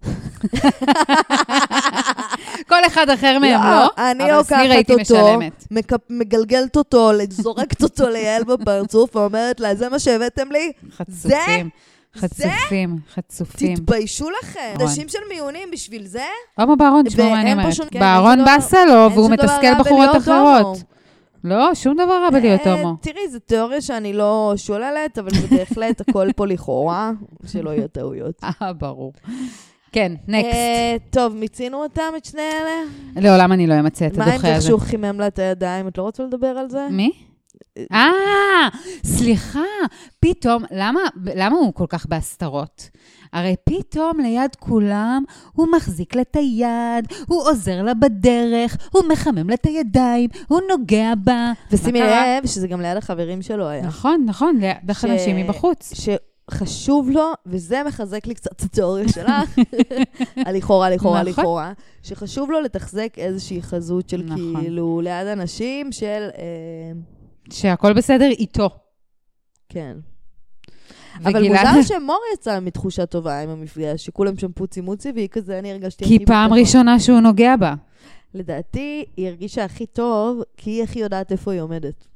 כל אחד אחר מהם לא, אני אבל לוקחת שניר הייתי אותו, משלמת. מקפ- מגלגלת אותו, זורקת אותו ליעל בפרצוף, ואומרת לה, זה מה שהבאתם לי? חצופים, חצופים, חצופים. תתביישו לכם. נכון. נשים של מיונים בשביל זה? הומו בארון, תשמעו מה ואין אני פה אומרת. שום- כן, בארון אין שום דבר- באסה לו, אין והוא שום דבר מתסכל רע בחורות בלהיות אחרות. הומו. לא, שום דבר רע בלהיות אה, הומו. תראי, זו תיאוריה שאני לא שוללת, אבל זה בהחלט הכל פה לכאורה, שלא יהיו טעויות. אה, ברור. כן, נקסט. אה, טוב, מיצינו אותם, את שני אלה? לעולם אני לא אמצא את מה עם הדוחה זה הזה. שהוא חימם לה את הידיים? את לא רוצה לדבר על זה? מי? אה, סליחה, פתאום, למה, למה הוא כל כך בהסתרות? הרי פתאום ליד כולם הוא מחזיק לה את היד, הוא עוזר לה בדרך, הוא מחמם לה את הידיים, הוא נוגע בה. ושימי מה קרה? לב שזה גם ליד החברים שלו היה. נכון, נכון, ליד ש- אנשים מבחוץ. שחשוב לו, וזה מחזק לי קצת את התיאוריה שלך, הלכאורה, לכאורה, נכון. לכאורה, שחשוב לו לתחזק איזושהי חזות של נכון. כאילו ליד אנשים של... אה, שהכל בסדר איתו. כן. אבל וגלעד- מוזר שמור יצא מתחושה טובה עם המפגש, שכולם שם פוצי מוצי, והיא כזה, אני הרגשתי כי הכי פעם ביטחון. ראשונה שהוא נוגע בה. לדעתי, היא הרגישה הכי טוב, כי היא הכי יודעת איפה היא עומדת.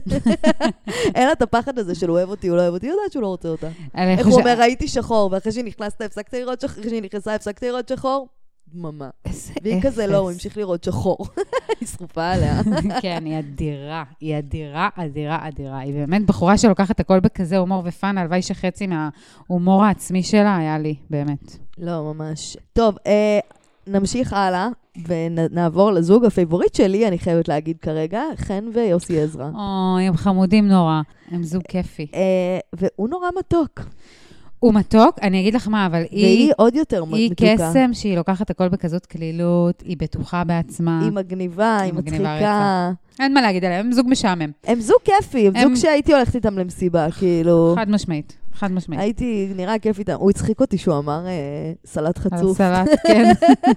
אין לה את הפחד הזה של הוא אוהב אותי, הוא לא אוהב אותי, היא יודעת שהוא לא רוצה אותה. אני איך חושב- הוא אומר, ראיתי שחור, ואחרי שנכנסת הפסקת לראות שחור, אחרי שהיא נכנסה הפסקת לראות שחור, דממה. איזה והיא כזה לא, הוא אפס. המשיך לראות שחור. היא שרופה עליה. כן, היא אדירה, היא אדירה, אדירה, אדירה. היא באמת בחורה שלוקחת הכל בכזה הומור ופאן, הלוואי שחצי מההומור העצמי שלה היה לי, באמת. לא, ממש. טוב, אה, נמשיך הלאה, ונעבור לזוג הפייבוריט שלי, אני חייבת להגיד כרגע, חן ויוסי עזרא. אוי, הם חמודים נורא, הם זוג כיפי. אה, והוא נורא מתוק. הוא מתוק, אני אגיד לך מה, אבל היא, והיא עוד יותר היא מתוקה. קסם שהיא לוקחת הכל בכזאת כלילות, היא בטוחה בעצמה. היא מגניבה, היא מגניבה מצחיקה. אין מה להגיד עליהם, הם זוג משעמם. הם זוג כיפי, הם הם- זוג שהייתי הולכת איתם למסיבה, כאילו... חד משמעית, חד משמעית. הייתי נראה כיף איתם. הוא הצחיק אותי שהוא אמר אה, סלט חצוף. הסלט, כן.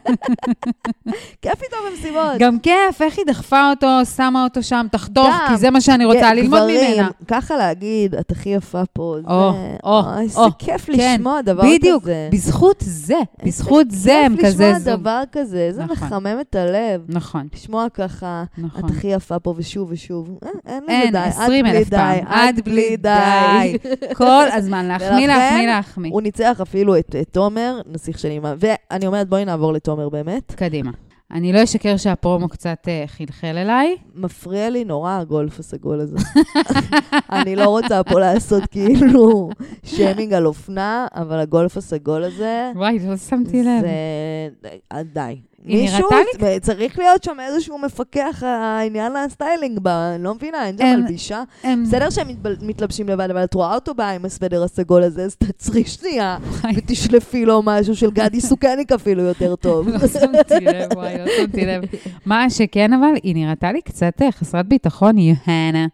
כיף איתו במסיבות. גם כיף, איך היא דחפה אותו, שמה אותו שם, תחתוך, גם. כי זה מה שאני רוצה כן, ללמוד גברים, ממנה. ככה להגיד, את הכי יפה פה. זה... או, או, אוי, איזה או, כיף כן, לשמוע דבר כזה. בדיוק, בזכות זה, בזכות זה הם כיף כזה לשמוע זוג. דבר כזה, זה נכון. מחמם את הלב. נכון, לשמוע ככה, נכון. את הכי יפה פה ושוב ושוב. אה, אין לזה אין, די. עד עשרים בלי אלף די, פעם. עד בלי די. כל הזמן, להחמיא, ולכן, להחמיא, להחמיא. הוא ניצח אפילו את את תומר, נסיך שלי. ואני אומרת, בואי נעבור לתומר באמת. קדימה. אני לא אשקר שהפרומו קצת אה, חלחל אליי. מפריע לי נורא הגולף הסגול הזה. אני לא רוצה פה לעשות כאילו שיימינג על אופנה, אבל הגולף הסגול הזה, וואי, לא שמתי לב. זה... די. היא מישהו, נראתה צריך להיות שם איזשהו מפקח העניין הסטיילינג בה, אני לא מבינה, אין שם הם- מלבישה. הם- בסדר שהם מתבל- מתלבשים לבד, אבל את רואה אותו בא עם הסוודר הסגול הזה, אז תעצרי שנייה, ותשלפי לו משהו של גדי סוכניק אפילו יותר טוב. לא שמתי לב, וואי, לא שמתי לב. מה שכן, אבל היא נראתה לי קצת אה, חסרת ביטחון, יוהנה,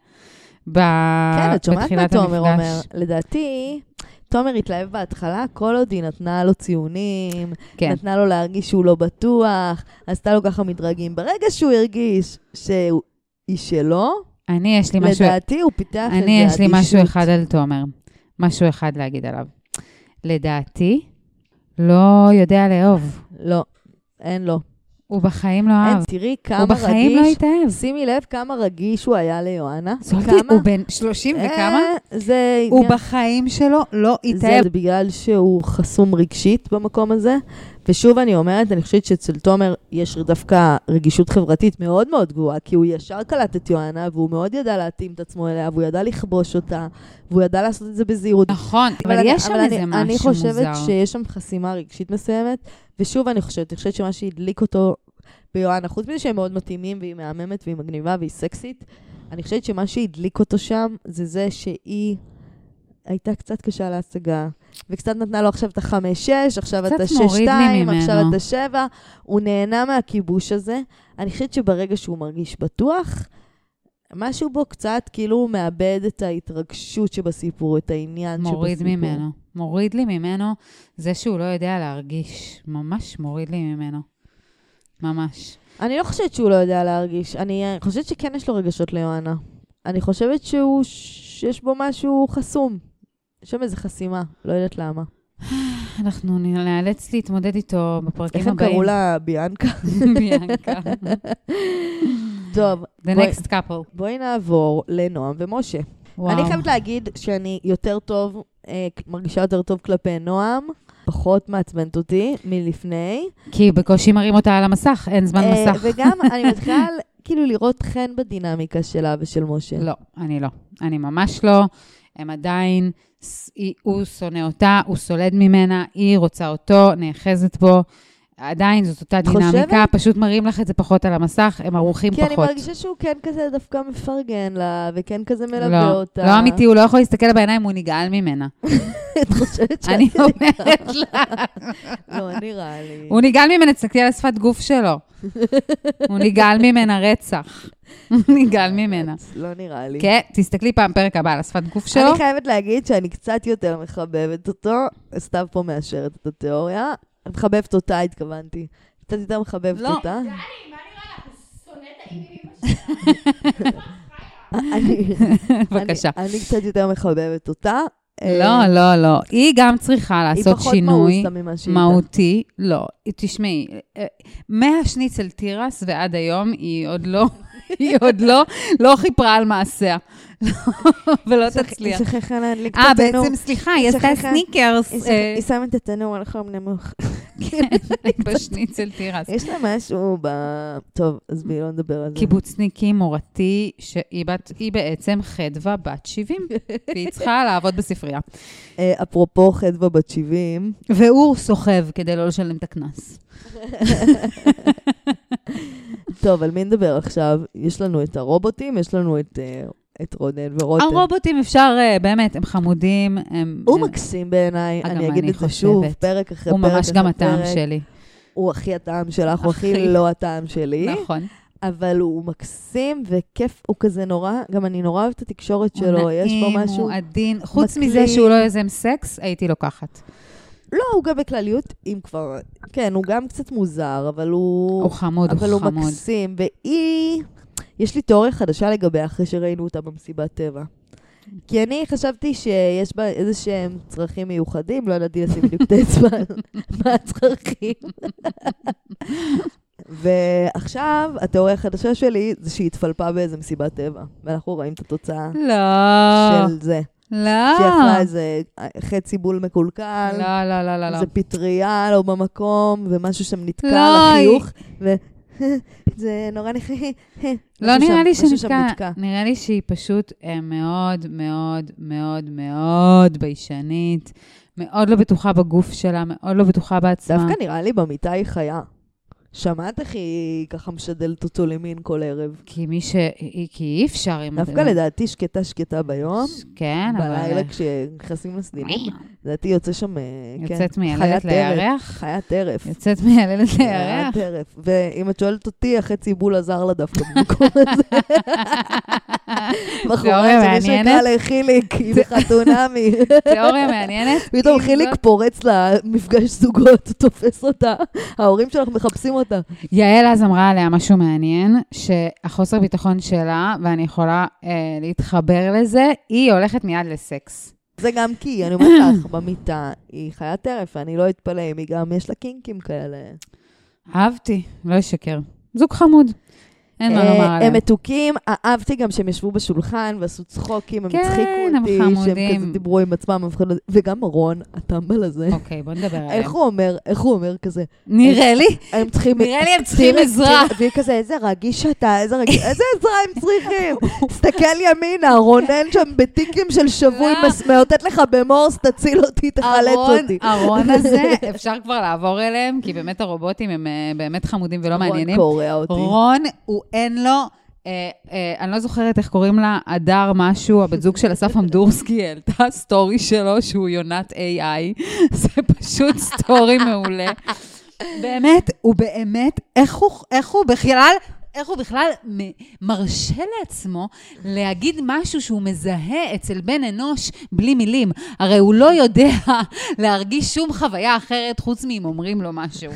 ב- כן, את שומעת מה בתחילת תומר אומר? המפגש. לדעתי, תומר התלהב בהתחלה, כל עוד היא נתנה לו ציונים, כן. נתנה לו להרגיש שהוא לא בטוח, עשתה לו ככה מדרגים. ברגע שהוא הרגיש שהיא שלו, אני, יש לי משהו... לדעתי הוא פיתח איזה אני, אדישות. יש לי משהו אחד על תומר. משהו אחד להגיד עליו. לדעתי, לא יודע לאהוב. לא, אין לו. הוא בחיים לא אין, אהב. תראי הוא כמה בחיים לא רגיש, התאהב. שימי לב כמה רגיש הוא היה ליואנה. זולתי, כמה? הוא בן שלושים וכמה? אה, זה הוא עניין- בחיים שלו לא התאהב. זה בגלל שהוא חסום רגשית במקום הזה. ושוב אני אומרת, אני חושבת שאצל תומר יש דווקא רגישות חברתית מאוד מאוד גבוהה, כי הוא ישר קלט את יואנה, והוא מאוד ידע להתאים את עצמו אליה, והוא ידע לכבוש אותה, והוא ידע לעשות את זה בזהירות. נכון, אבל אני- יש שם אבל איזה אני, משהו אני מוזר. חושבת שיש שם חסימה רגשית מסוימת, ושוב אני חושבת, אני חושבת שמה שהדליק אותו ביואנה, חוץ מזה שהם מאוד מתאימים, והיא מהממת, והיא מגניבה, והיא סקסית, אני חושבת שמה שהדליק אותו שם, זה זה שהיא הייתה קצת קשה להשגה, וקצת נתנה לו עכשיו את החמש-שש, עכשיו קצת את השש מוריד לי שתיים, ממנו. עכשיו את השבע, הוא נהנה מהכיבוש הזה. אני חושבת שברגע שהוא מרגיש בטוח, משהו בו קצת כאילו הוא מאבד את ההתרגשות שבסיפור, את העניין שבסיפור. מוריד ממנו. מוריד לי ממנו זה שהוא לא יודע להרגיש. ממש מוריד לי ממנו. ממש. אני לא חושבת שהוא לא יודע להרגיש. אני חושבת שכן יש לו רגשות ליואנה. אני חושבת שהוא, שיש בו משהו חסום. יש שם איזו חסימה, לא יודעת למה. אנחנו נאלץ להתמודד איתו בפרקים איך הם הבאים. קראו לה ביאנקה? ביאנקה. טוב, The בואי- next couple. בואי נעבור לנועם ומשה. וואו. אני חייבת להגיד שאני יותר טוב, אה, מרגישה יותר טוב כלפי נועם, פחות מעצבנת אותי מלפני. כי בקושי מראים אותה על המסך, אין זמן אה, מסך. וגם אני מתחילה כאילו לראות חן בדינמיקה שלה ושל משה. לא, אני לא. אני ממש לא. הם עדיין, ס- היא- הוא שונא אותה, הוא סולד ממנה, היא רוצה אותו, נאחזת בו. עדיין זאת אותה חושבת? דינמיקה, פשוט מראים לך את זה פחות על המסך, הם ערוכים כי אני פחות. מרגישה שהוא כן כזה דווקא מפרגן לה, וכן כזה מלווה לא, אותה. לא אמיתי, הוא לא יכול להסתכל בעיניים, הוא נגעל ממנה. את חושבת ש... אני אומרת לה. לא, נראה לי. הוא נגעל ממנה, תסתכלי על השפת גוף שלו. הוא נגעל ממנה רצח. הוא נגעל ממנה. לא נראה לי. כן, תסתכלי פעם פרק הבא על השפת גוף שלו. אני חייבת להגיד שאני קצת יותר מחבבת אותו. סתיו פה מאשרת את התיאוריה. מחבבת אותה, התכוונתי. קצת יותר מחבבת לא. אותה. מה נראה לך? הוא שונא את האימא אמא שלה. אני- בבקשה. אני אני קצת יותר מחבבת אותה. לא, לא, לא. היא גם צריכה לעשות היא פחות שינוי מאוסה ממה שהיא מהותי. לא, תשמעי, אה, מהשניצל תירס ועד היום היא עוד לא, היא עוד לא, לא חיפרה על מעשיה. ולא תצליח. היא שכחה להדליק את אה, התנור. בעצם, סליחה, היא עשתה שכחה- סניקרס היא שכ- אה, היא שמה את התנור על חום נמוך. בשניצל תירס. יש לה משהו ב... טוב, אז בי לא נדבר על זה. קיבוצניקי מורתי, שהיא בת- היא בעצם חדווה בת שבעים, והיא צריכה לעבוד בספרייה. אה, אפרופו חדווה בת שבעים, והוא סוחב כדי לא לשלם את הקנס. טוב, על מי נדבר עכשיו? יש לנו את הרובוטים, יש לנו את, אה, את רונן ורותם. הרובוטים אפשר, אה, באמת, הם חמודים, הם... הוא הם- מקסים בעיניי, אגב, אני אגיד אני את זה שוב, חושבת. פרק אחרי הוא פרק ממש אחרי גם הטעם פרק. שלי. הוא הכי הטעם שלך, הוא הכי. הכי לא הטעם שלי. נכון. אבל הוא מקסים וכיף, הוא כזה נורא, גם אני נורא אוהבת את התקשורת שלו, הוא יש בו נעים, משהו... הוא עדין. חוץ מקריא. מזה שהוא לא יוזם סקס, הייתי לוקחת. לא, הוא גם בכלליות, אם כבר... כן, הוא גם קצת מוזר, אבל הוא... הוא חמוד, אבל הוא הוא חמוד. מקסים, והיא... יש לי תיאוריה חדשה לגביה אחרי שראינו אותה במסיבת טבע. כי אני חשבתי שיש בה איזה שהם צרכים מיוחדים, לא ידעתי לשים בדיוק את האצבע על מה הצרכים. ועכשיו, התיאוריה החדשה שלי זה שהיא התפלפה באיזה מסיבת טבע, ואנחנו רואים את התוצאה לא, של זה. לא. שהיא אכלה איזה חצי בול מקולקל, לא, לא, לא, לא, לא. איזה פטריה לא במקום, ומשהו שם נתקע לא, על היא- החיוך, וזה נורא נכי. לא נראה לי משהו שם שנתקע, נתקע. נראה לי שהיא פשוט אה, מאוד, מאוד, מאוד, מאוד ביישנית, מאוד לא בטוחה בגוף שלה, מאוד לא בטוחה בעצמה. דווקא נראה לי במיטה היא חיה. שמעת איך היא ככה משדלת אותו למין כל ערב? כי מי ש... כי אי אפשר... אם- דווקא לדעתי שקטה שקטה ביום, כן, אבל... בלילה כשנכנסים לסדינים, לדעתי יוצא שם, אה, כן, יוצאת מיילדת חיית טרף, לירח? חיית טרף. יוצאת מיילדת חיית לירח? טרף. ואם את שואלת אותי, החצי בול עזר לה דווקא במקום הזה. בחורה תיאוריה שמי מעניינת. שקרא לחיליק, היא בחתונמי. תיאוריה מעניינת. פתאום עם חיליק זאת- פורץ למפגש זוגות, תופס אותה, ההורים שלך מחפשים אותה. יעל אז אמרה עליה משהו מעניין, שהחוסר ביטחון שלה, ואני יכולה אה, להתחבר לזה, היא הולכת מיד לסקס. זה גם כי, אני אומרת לך, במיטה, היא חיית טרף, אני לא אתפלא אם היא גם, יש לה קינקים כאלה. אהבתי, לא אשקר. זוג חמוד. אין מה אה, לומר הם עליהם. מתוקים, אהבתי גם שהם ישבו בשולחן ועשו צחוקים, הם כן, הצחיקו הם אותי, חמודים. שהם כזה דיברו עם עצמם, אף אחד לא- וגם רון, הטמבל הזה, אוקיי, בוא נדבר עליהם. איך הוא אומר, איך הוא אומר כזה, נראה לי, הם צריכים... נראה לי הם צריכים תראה, עזרה. תראה, והיא כזה, איזה רגיש אתה, איזה רגיש, איזה עזרה הם צריכים? תסתכל ימינה, רונן שם בטיקים של שבוי, לא. מס- מאותת לך במורס, תציל אותי, תחלץ ארון, אותי. ארון הזה, אפשר כבר לעבור אליהם, כי באמת הרובוטים הם אה, באמת חמודים ולא מעניינים. רון קורע אותי. רון, הוא אין לו, אה, אה, אני לא זוכרת איך קוראים לה, אדר משהו, הבת זוג של אסף אמדורסקי, העלתה סטורי שלו שהוא יונת איי איי. זה פשוט סטורי מעולה. באמת, הוא באמת, איך הוא, איך הוא בכלל... איך הוא בכלל מ- מרשה לעצמו להגיד משהו שהוא מזהה אצל בן אנוש בלי מילים. הרי הוא לא יודע להרגיש שום חוויה אחרת חוץ מאם אומרים לו משהו.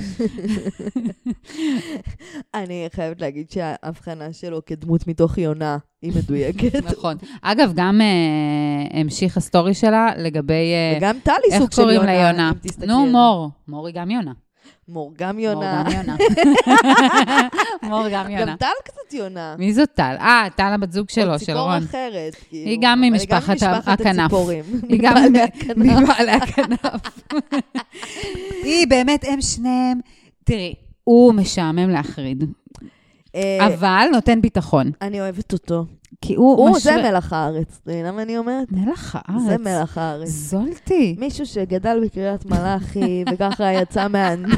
אני חייבת להגיד שההבחנה שלו כדמות מתוך יונה היא מדויקת. נכון. אגב, גם אה, המשיך הסטורי שלה לגבי... אה, וגם טלי איך סוג של קוראים יונה. לה יונה? אם תסתכלי נו, על- מור. מור היא גם יונה. מור, גם מור יונה. גם יונה. מור גם יונה. גם טל קצת יונה. מי זאת טל? אה, טל הבת זוג שלו, או של ציפור רון. אחרת. כאילו. היא גם אבל ממשפחת הכנף. הציפורים. היא גם מבעלי הכנף. מבעלי הכנף. היא באמת, הם שניהם, תראי, הוא משעמם להחריד, אה, אבל נותן ביטחון. אני אוהבת אותו. כי הוא הוא, זה משווה... מלח הארץ. אתה מבין למה אני אומרת? מלח הארץ. זה מלח הארץ. זולתי. מישהו שגדל בקריית מלאכי, וככה יצא מהנדס,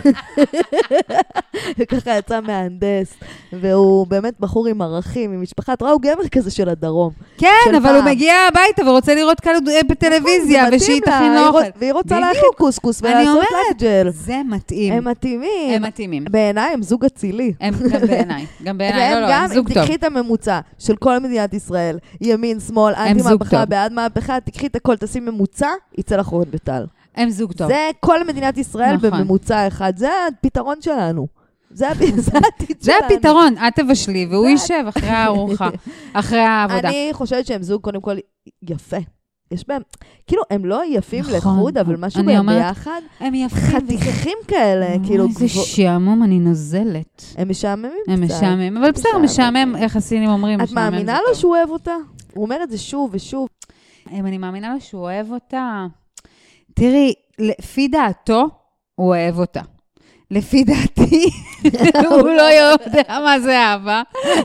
וככה יצא מהנדס, והוא באמת בחור עם ערכים, עם משפחת, ראו גבר כזה של הדרום. כן, של אבל הוא פעם. מגיע הביתה ורוצה לראות כאלה בטלוויזיה, זה מתאים ושהיא לה, תכין לו היא אוכל. רוצ- והיא רוצה בדיוק. להכין קוסקוס אני ולעשות אומרת, לג'ל. זה מתאים. הם מתאימים. הם מתאימים. בעיניי הם זוג אצילי. הם גם בעיניי. גם בעיניי, לא, והם לא, גם, הם אם זוג טוב. תקחי את הממוצע של כל מדינת ישראל, ימין, שמאל, הם זוג אנטי-מהפכה, טוב. בעד מהפכה, תקחי את הכל, תשים ממוצע, יצא לך רון וטל. הם זוג טוב. זה כל מדינת ישראל נכון. בממוצע אחד, זה הפתרון שלנו. זה הפ- זה העתיד זה שלנו. הפתרון, את תבשלי, והוא זה- יישב אחרי הארוחה, אחרי העבודה. אני חושבת שהם זוג קודם כל יפה. יש בהם, כאילו, הם לא יפים נכון. לחוד, אבל משהו אני בהם אומרת, ביחד, הם יפים. חתיכים כאלה, כאילו, איזה גבוה- שעמום, אני נוזלת. הם משעממים הם קצת. משעמם, אבל בסדר, משעמם. משעמם, איך הסינים אומרים? את משעמם מאמינה זה לו טוב. שהוא אוהב אותה? הוא אומר את זה שוב ושוב. אם אני מאמינה לו שהוא אוהב אותה, תראי, לפי דעתו, הוא אוהב אותה. לפי דעתי, הוא לא יודע מה זה אהבה.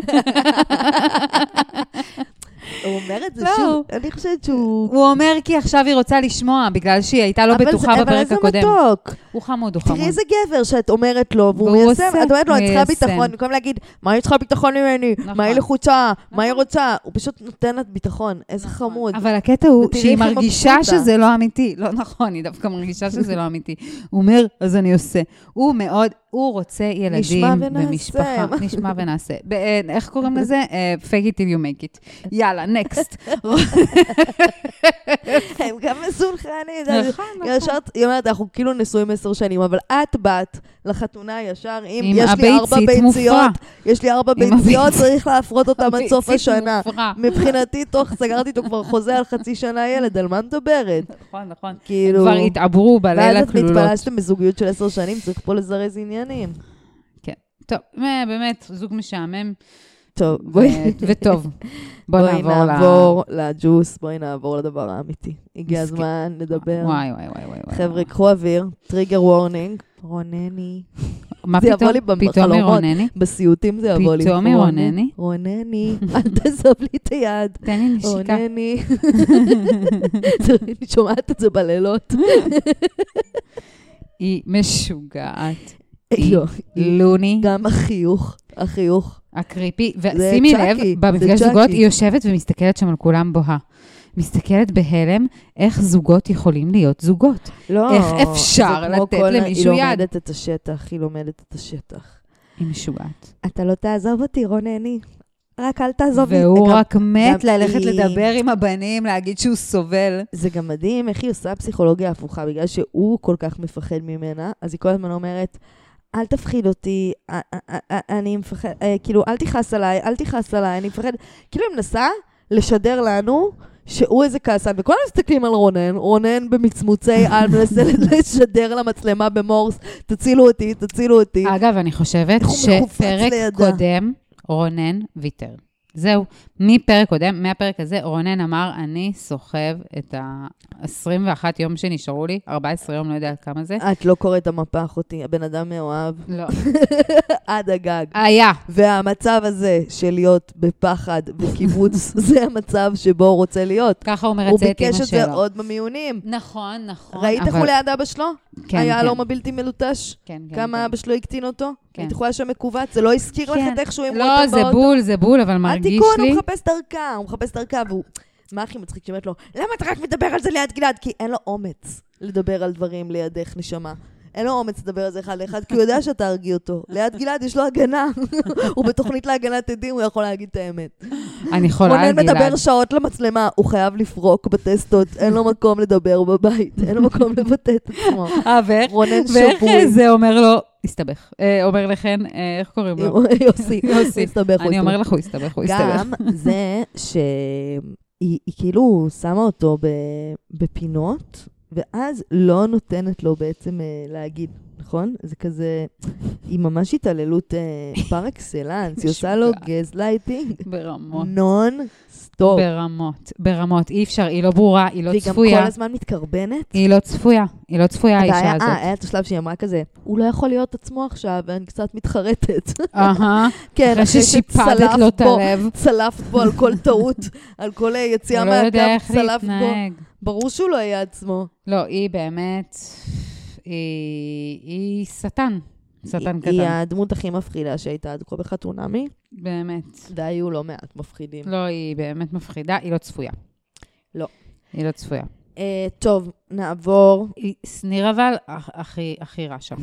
הוא אומר את זה לא. שוב. אני חושבת שהוא... הוא אומר כי עכשיו היא רוצה לשמוע, בגלל שהיא הייתה לא אבל בטוחה זה- אבל בפרק איזה הקודם. מתוק. הוא חמוד, הוא חמוד. תראי איזה גבר שאת אומרת לו, והוא והוא מיישם, עושה, את אומרת לו, הוא אני צריכה יישם. ביטחון, במקום להגיד, מה היא צריכה ביטחון ממני? נכון. מה היא לחוצה? מה היא נכון. רוצה? הוא פשוט נותן לה ביטחון, איזה חמוד. אבל הקטע הוא ותראי שהיא איך היא מרגישה מבסוטה. שזה לא אמיתי. לא נכון, היא דווקא מרגישה שזה לא אמיתי. הוא אומר, אז אני עושה. הוא מאוד, הוא רוצה ילדים נשמע ונעשה. ומשפחה. נשמע ונעשה. ב- אה, איך קוראים לזה? אה, fake it till you make it. יאללה, נקסט. הם גם מסונכרנים. נכון, נכון. ישר, היא אומרת, אנחנו כאילו נשואים עשר שנים, אבל את באת לחתונה ישר עם, עם יש לי ארבע הביצית ביציות, מופרע. יש לי ארבע עם ביציות, הביצית. צריך להפרות אותם עד סוף הביצית השנה. מופרע. מבחינתי, תוך, סגרתי איתו כבר חוזה על חצי שנה ילד, על מה מדברת? נכון, נכון. כאילו... כבר התעברו ואז בלילה את כלולות. מתפלאה שאתם בזוגיות של עשר שנים, צריך פה לזרז עניינים. טוב, אה, באמת, זוג משעמם. טוב, ו- בואי וטוב. בוא בואי נעבור ל... נעבור לג'וס, בואי נעבור לדבר האמיתי. הגיע מסכים. הזמן לדבר. וואי, וואי, וואי, וואי. חבר'ה, קחו אוויר, טריגר וורנינג. רונני. מה זה פתאום? יבוא לי פתאום בחלומות. ברונני? בסיוטים זה יבוא לי. פתאום מרונני? רונני, אל תעזוב לי את היד. תן לי נשיקה. רונני. אני שומעת את זה בלילות. היא משוגעת. לא, לוני, גם החיוך, החיוך. הקריפי, ושימי לב, צ'אקי, במפגש זה זוגות צ'אקי. היא יושבת ומסתכלת שם על כולם בוהה. מסתכלת בהלם איך זוגות יכולים להיות זוגות. לא, איך אפשר זה כמו לתת כל- למישהו היא יד? לומדת את השטח, היא לומדת את השטח. היא משוגעת. אתה לא תעזוב אותי, רונני. רק אל תעזוב לי. והוא גם- רק מת גם ללכת היא- לדבר עם הבנים, להגיד שהוא סובל. זה גם מדהים איך היא עושה פסיכולוגיה הפוכה, בגלל שהוא כל כך מפחד ממנה, אז היא כל הזמן אומרת, אל תפחיד אותי, א- א- א- אני מפחד, אה, כאילו, אל תכעס עליי, אל תכעס עליי, אני מפחד. כאילו, היא מנסה לשדר לנו שהוא איזה כעסן, וכולם מסתכלים על רונן, רונן במצמוצי על, מנסה לשדר למצלמה במורס, תצילו אותי, תצילו אותי. אגב, אני חושבת איך הוא מחופץ שפרק לידה. קודם, רונן ויתר. זהו, מפרק קודם, מהפרק הזה, רונן אמר, אני סוחב את ה-עשרים ואחת יום שנשארו לי, ארבעה עשר יום, לא יודע כמה זה. את לא קוראת המפה, אחותי, הבן אדם מאוהב, לא. עד הגג. היה. והמצב הזה של להיות בפחד וקיבוץ, זה המצב שבו הוא רוצה להיות. ככה הוא הוא מרצה את ביקש אמא את זה שלו. עוד במיונים. נכון, נכון. ראית איך אבל- הוא ליד אבא שלו? כן, היה כן. לו בלתי מלוטש? כן, כן, כמה כן. אבא שלו הקטין אותו? כן. היית יכולה שם מקובץ? זה לא הזכיר לך כן. את איכשהו עם לא, רותם זה באוטו? בול, זה בול, אבל אל מרגיש תיקון, לי... הוא מחפש דרכה, הוא מחפש דרכה, והוא... מה הכי מצחיק שאומרת לו? למה אתה רק מדבר על זה ליד גלעד? כי אין לו אומץ לדבר על דברים לידך, נשמה. אין לו אומץ לדבר על זה אחד לאחד, כי הוא יודע שאתה הרגיע אותו. ליד גלעד יש לו הגנה. הוא בתוכנית להגנת עדים, הוא יכול להגיד את האמת. אני חולה על רונן גלעד. מדבר שעות למצלמה, הוא חייב לפרוק בטסטות, אין לו מקום לדבר בבית, אין לו מקום לבטא את עצמו. אה, ואיך? רונן ואיך שבוי. זה אומר לו, הסתבך. אה, אומר לכן, אה, איך קוראים לו? יוסי, יוסי. הסתבך אני אותו. אומר לך, הוא הסתבך, הוא הסתבך. גם זה שהיא היא כאילו שמה אותו ב, בפינות, ואז לא נותנת לו בעצם אה, להגיד, נכון? זה כזה, היא ממש התעללות אה, פר אקסלנס, היא עושה לו משוגעת. גז לייטינג, ברמות. נון סטופ. ברמות, ברמות. אי אפשר, היא לא ברורה, היא לא והיא גם צפויה. כל הזמן מתקרבנת. היא לא צפויה, היא לא צפויה, האישה הבעיה- הזאת. אה, היה את השלב שהיא אמרה כזה, הוא לא יכול להיות עצמו עכשיו, ואני קצת מתחרטת. אהה, כן, אחרי ששיפדת שצלפת לו את בו- הלב. צלפת בו על כל טעות, על כל יציאה הוא לא יודע מהקו, איך צלפת בו. להתנהג. ברור שהוא לא יהיה עצמו. לא, היא באמת, היא היא שטן. שטן היא קטן. הדמות הכי מפחידה שהייתה עד כה בחתונמי, באמת. והיו לא מעט מפחידים. לא, היא באמת מפחידה, היא לא צפויה. לא. היא לא צפויה. אה, טוב, נעבור. היא- שניר אבל הכ- הכי הכי רע שם.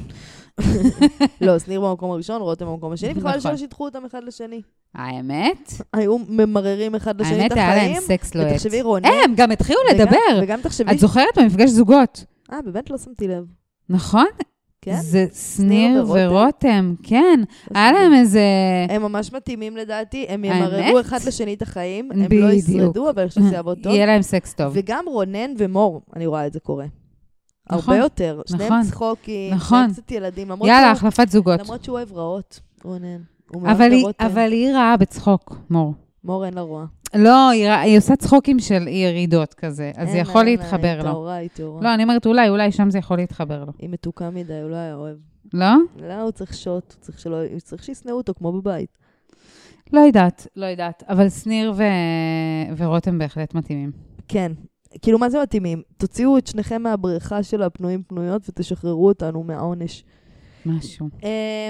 לא, שניר במקום הראשון, רותם במקום השני, בכלל נכון. שלא שיתחו אותם אחד לשני. האמת? היו ממררים אחד לשני את האמת היה להם החיים. סקס לוהט. ותחשבי, רונן. הם גם התחילו וגם- לדבר. וגם תחשבי... את זוכרת במפגש זוגות, אה, באמת לא שמתי לב. נכון? כן? זה שניר ורותם? ורותם, כן. לא היה שמתי להם לב. איזה... הם ממש מתאימים לדעתי, הם האמת? ימררו אחד לשני את החיים, הם לא בדיוק. ישרדו, אבל אני חושבת שזה יעבוד טוב. יהיה להם סקס טוב. וגם רונן ומור, אני רואה את זה קורה. נכון, הרבה יותר. שניהם נכון, צחוקים, נכון. שניהם קצת ילדים. למרות יאללה, שהוא- החלפת זוגות. למרות שהוא אוהב רעות, רונן. הוא מאוהב אבל היא- ברותם. אבל היא רעה בצחוק, מור. מור אין לה רוע. לא, היא רעה- היא עושה צחוקים של ירידות כזה, אז זה אין, יכול אין, להתחבר היא לו. טהורה, היא טהורה. לא, אני אומרת אולי, אולי שם זה יכול להתחבר לו. היא מתוקה מדי, הוא לא היה אוהב. לא? לא, הוא צריך שוט, הוא צריך שלא- הוא צריך שישנאו אותו, כמו בבית. לא יודעת, לא יודעת. אבל שניר ו... ורותם בהחלט מתאימים. כן. כאילו, מה זה מתאימים? תוציאו את שניכם מהבריכה של הפנויים פנויות ותשחררו אותנו מהעונש. משהו. אמ,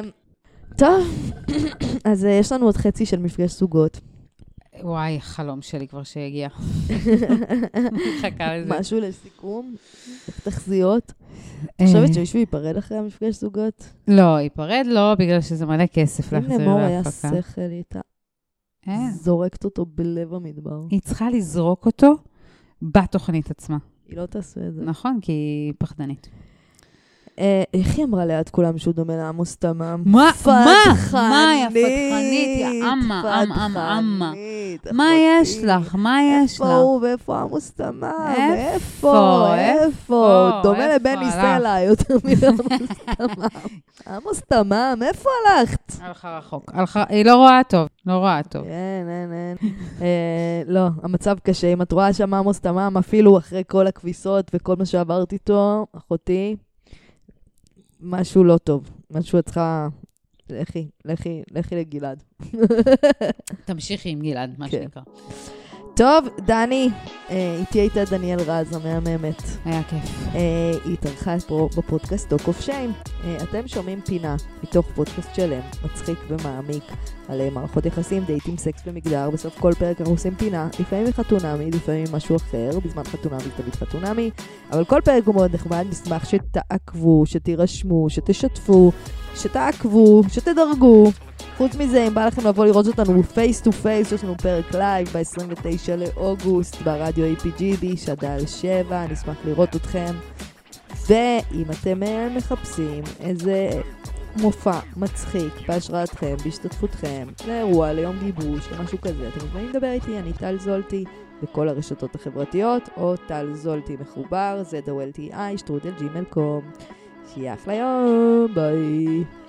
טוב, אז אה, יש לנו עוד חצי של מפגש זוגות. וואי, חלום שלי כבר שהגיע. מחכה לזה. משהו לסיכום? תחזיות? אה, חושבת שמישהו ייפרד אחרי המפגש זוגות? לא, ייפרד לא, בגלל שזה מלא כסף אם להחזיר למור היה להפקה. שכל, היא הייתה אה, זורקת אותו בלב המדבר. היא צריכה לזרוק אותו בתוכנית עצמה. היא לא תעשה את זה. נכון, כי היא פחדנית. אה, איך היא אמרה ליד כולם שהוא דומה לעמוס תמם? מה? מה? פתחנית, מה, יא פתחנית, יא אמה, אמה, אמה, אמה. פתחנית, מה אחותי. יש לך? מה יש איפה לך? הוא ואיפה עמוס תמם? איפה? איפה? איפה? איפה? דומה איפה לבני הלך? סלע יותר מעמוס תמם. עמוס תמם, איפה הלכת? הלכה רחוק. הלכה- היא לא רואה טוב. לא רואה טוב. אין, אין, אין. אה, לא, המצב קשה. אם את רואה שם עמוס תמם, אפילו אחרי כל הכביסות וכל מה שעברת איתו, אחותי, משהו לא טוב. משהו את צריכה... לכי, לכי, לכי לגלעד. תמשיכי עם גלעד, מה כן. שנקרא. טוב, דני, אה, איתי הייתה דניאל רז, המהממת. היה כיף. אה, היא התארחה פה בפודקאסט Talk of Shame. אה, אתם שומעים פינה מתוך פודקאסט שלם, מצחיק ומעמיק, על אה, מערכות יחסים, דייטים, סקס ומגדר. בסוף כל פרק אנחנו עושים פינה, לפעמים מחתונמי, לפעמים משהו אחר, בזמן חתונמי תמיד חתונמי, אבל כל פרק הוא מאוד נחמד, נשמח שתעקבו, שתירשמו, שתשתפו, שתעקבו, שתדרגו. חוץ מזה, אם בא לכם לבוא לראות אותנו פייס טו פייס, יש לנו פרק לייב ב-עשרים ותשעה לאוגוסט ברדיו איי פי ג'י בי, שדל שבע, נשמח לראות אתכם. ואם אתם מחפשים איזה מופע מצחיק בהשראתכם, בהשתתפותכם, לאירוע, ליום גיבוש, למשהו כזה, אתם מוזמנים לדבר איתי, אני טל זולטי, בכל הרשתות החברתיות, או טל זולטי מחובר, זד או אל טי איי, שטרודל ג'ימייל דוט קום. שיהיה אחלה יום, ביי.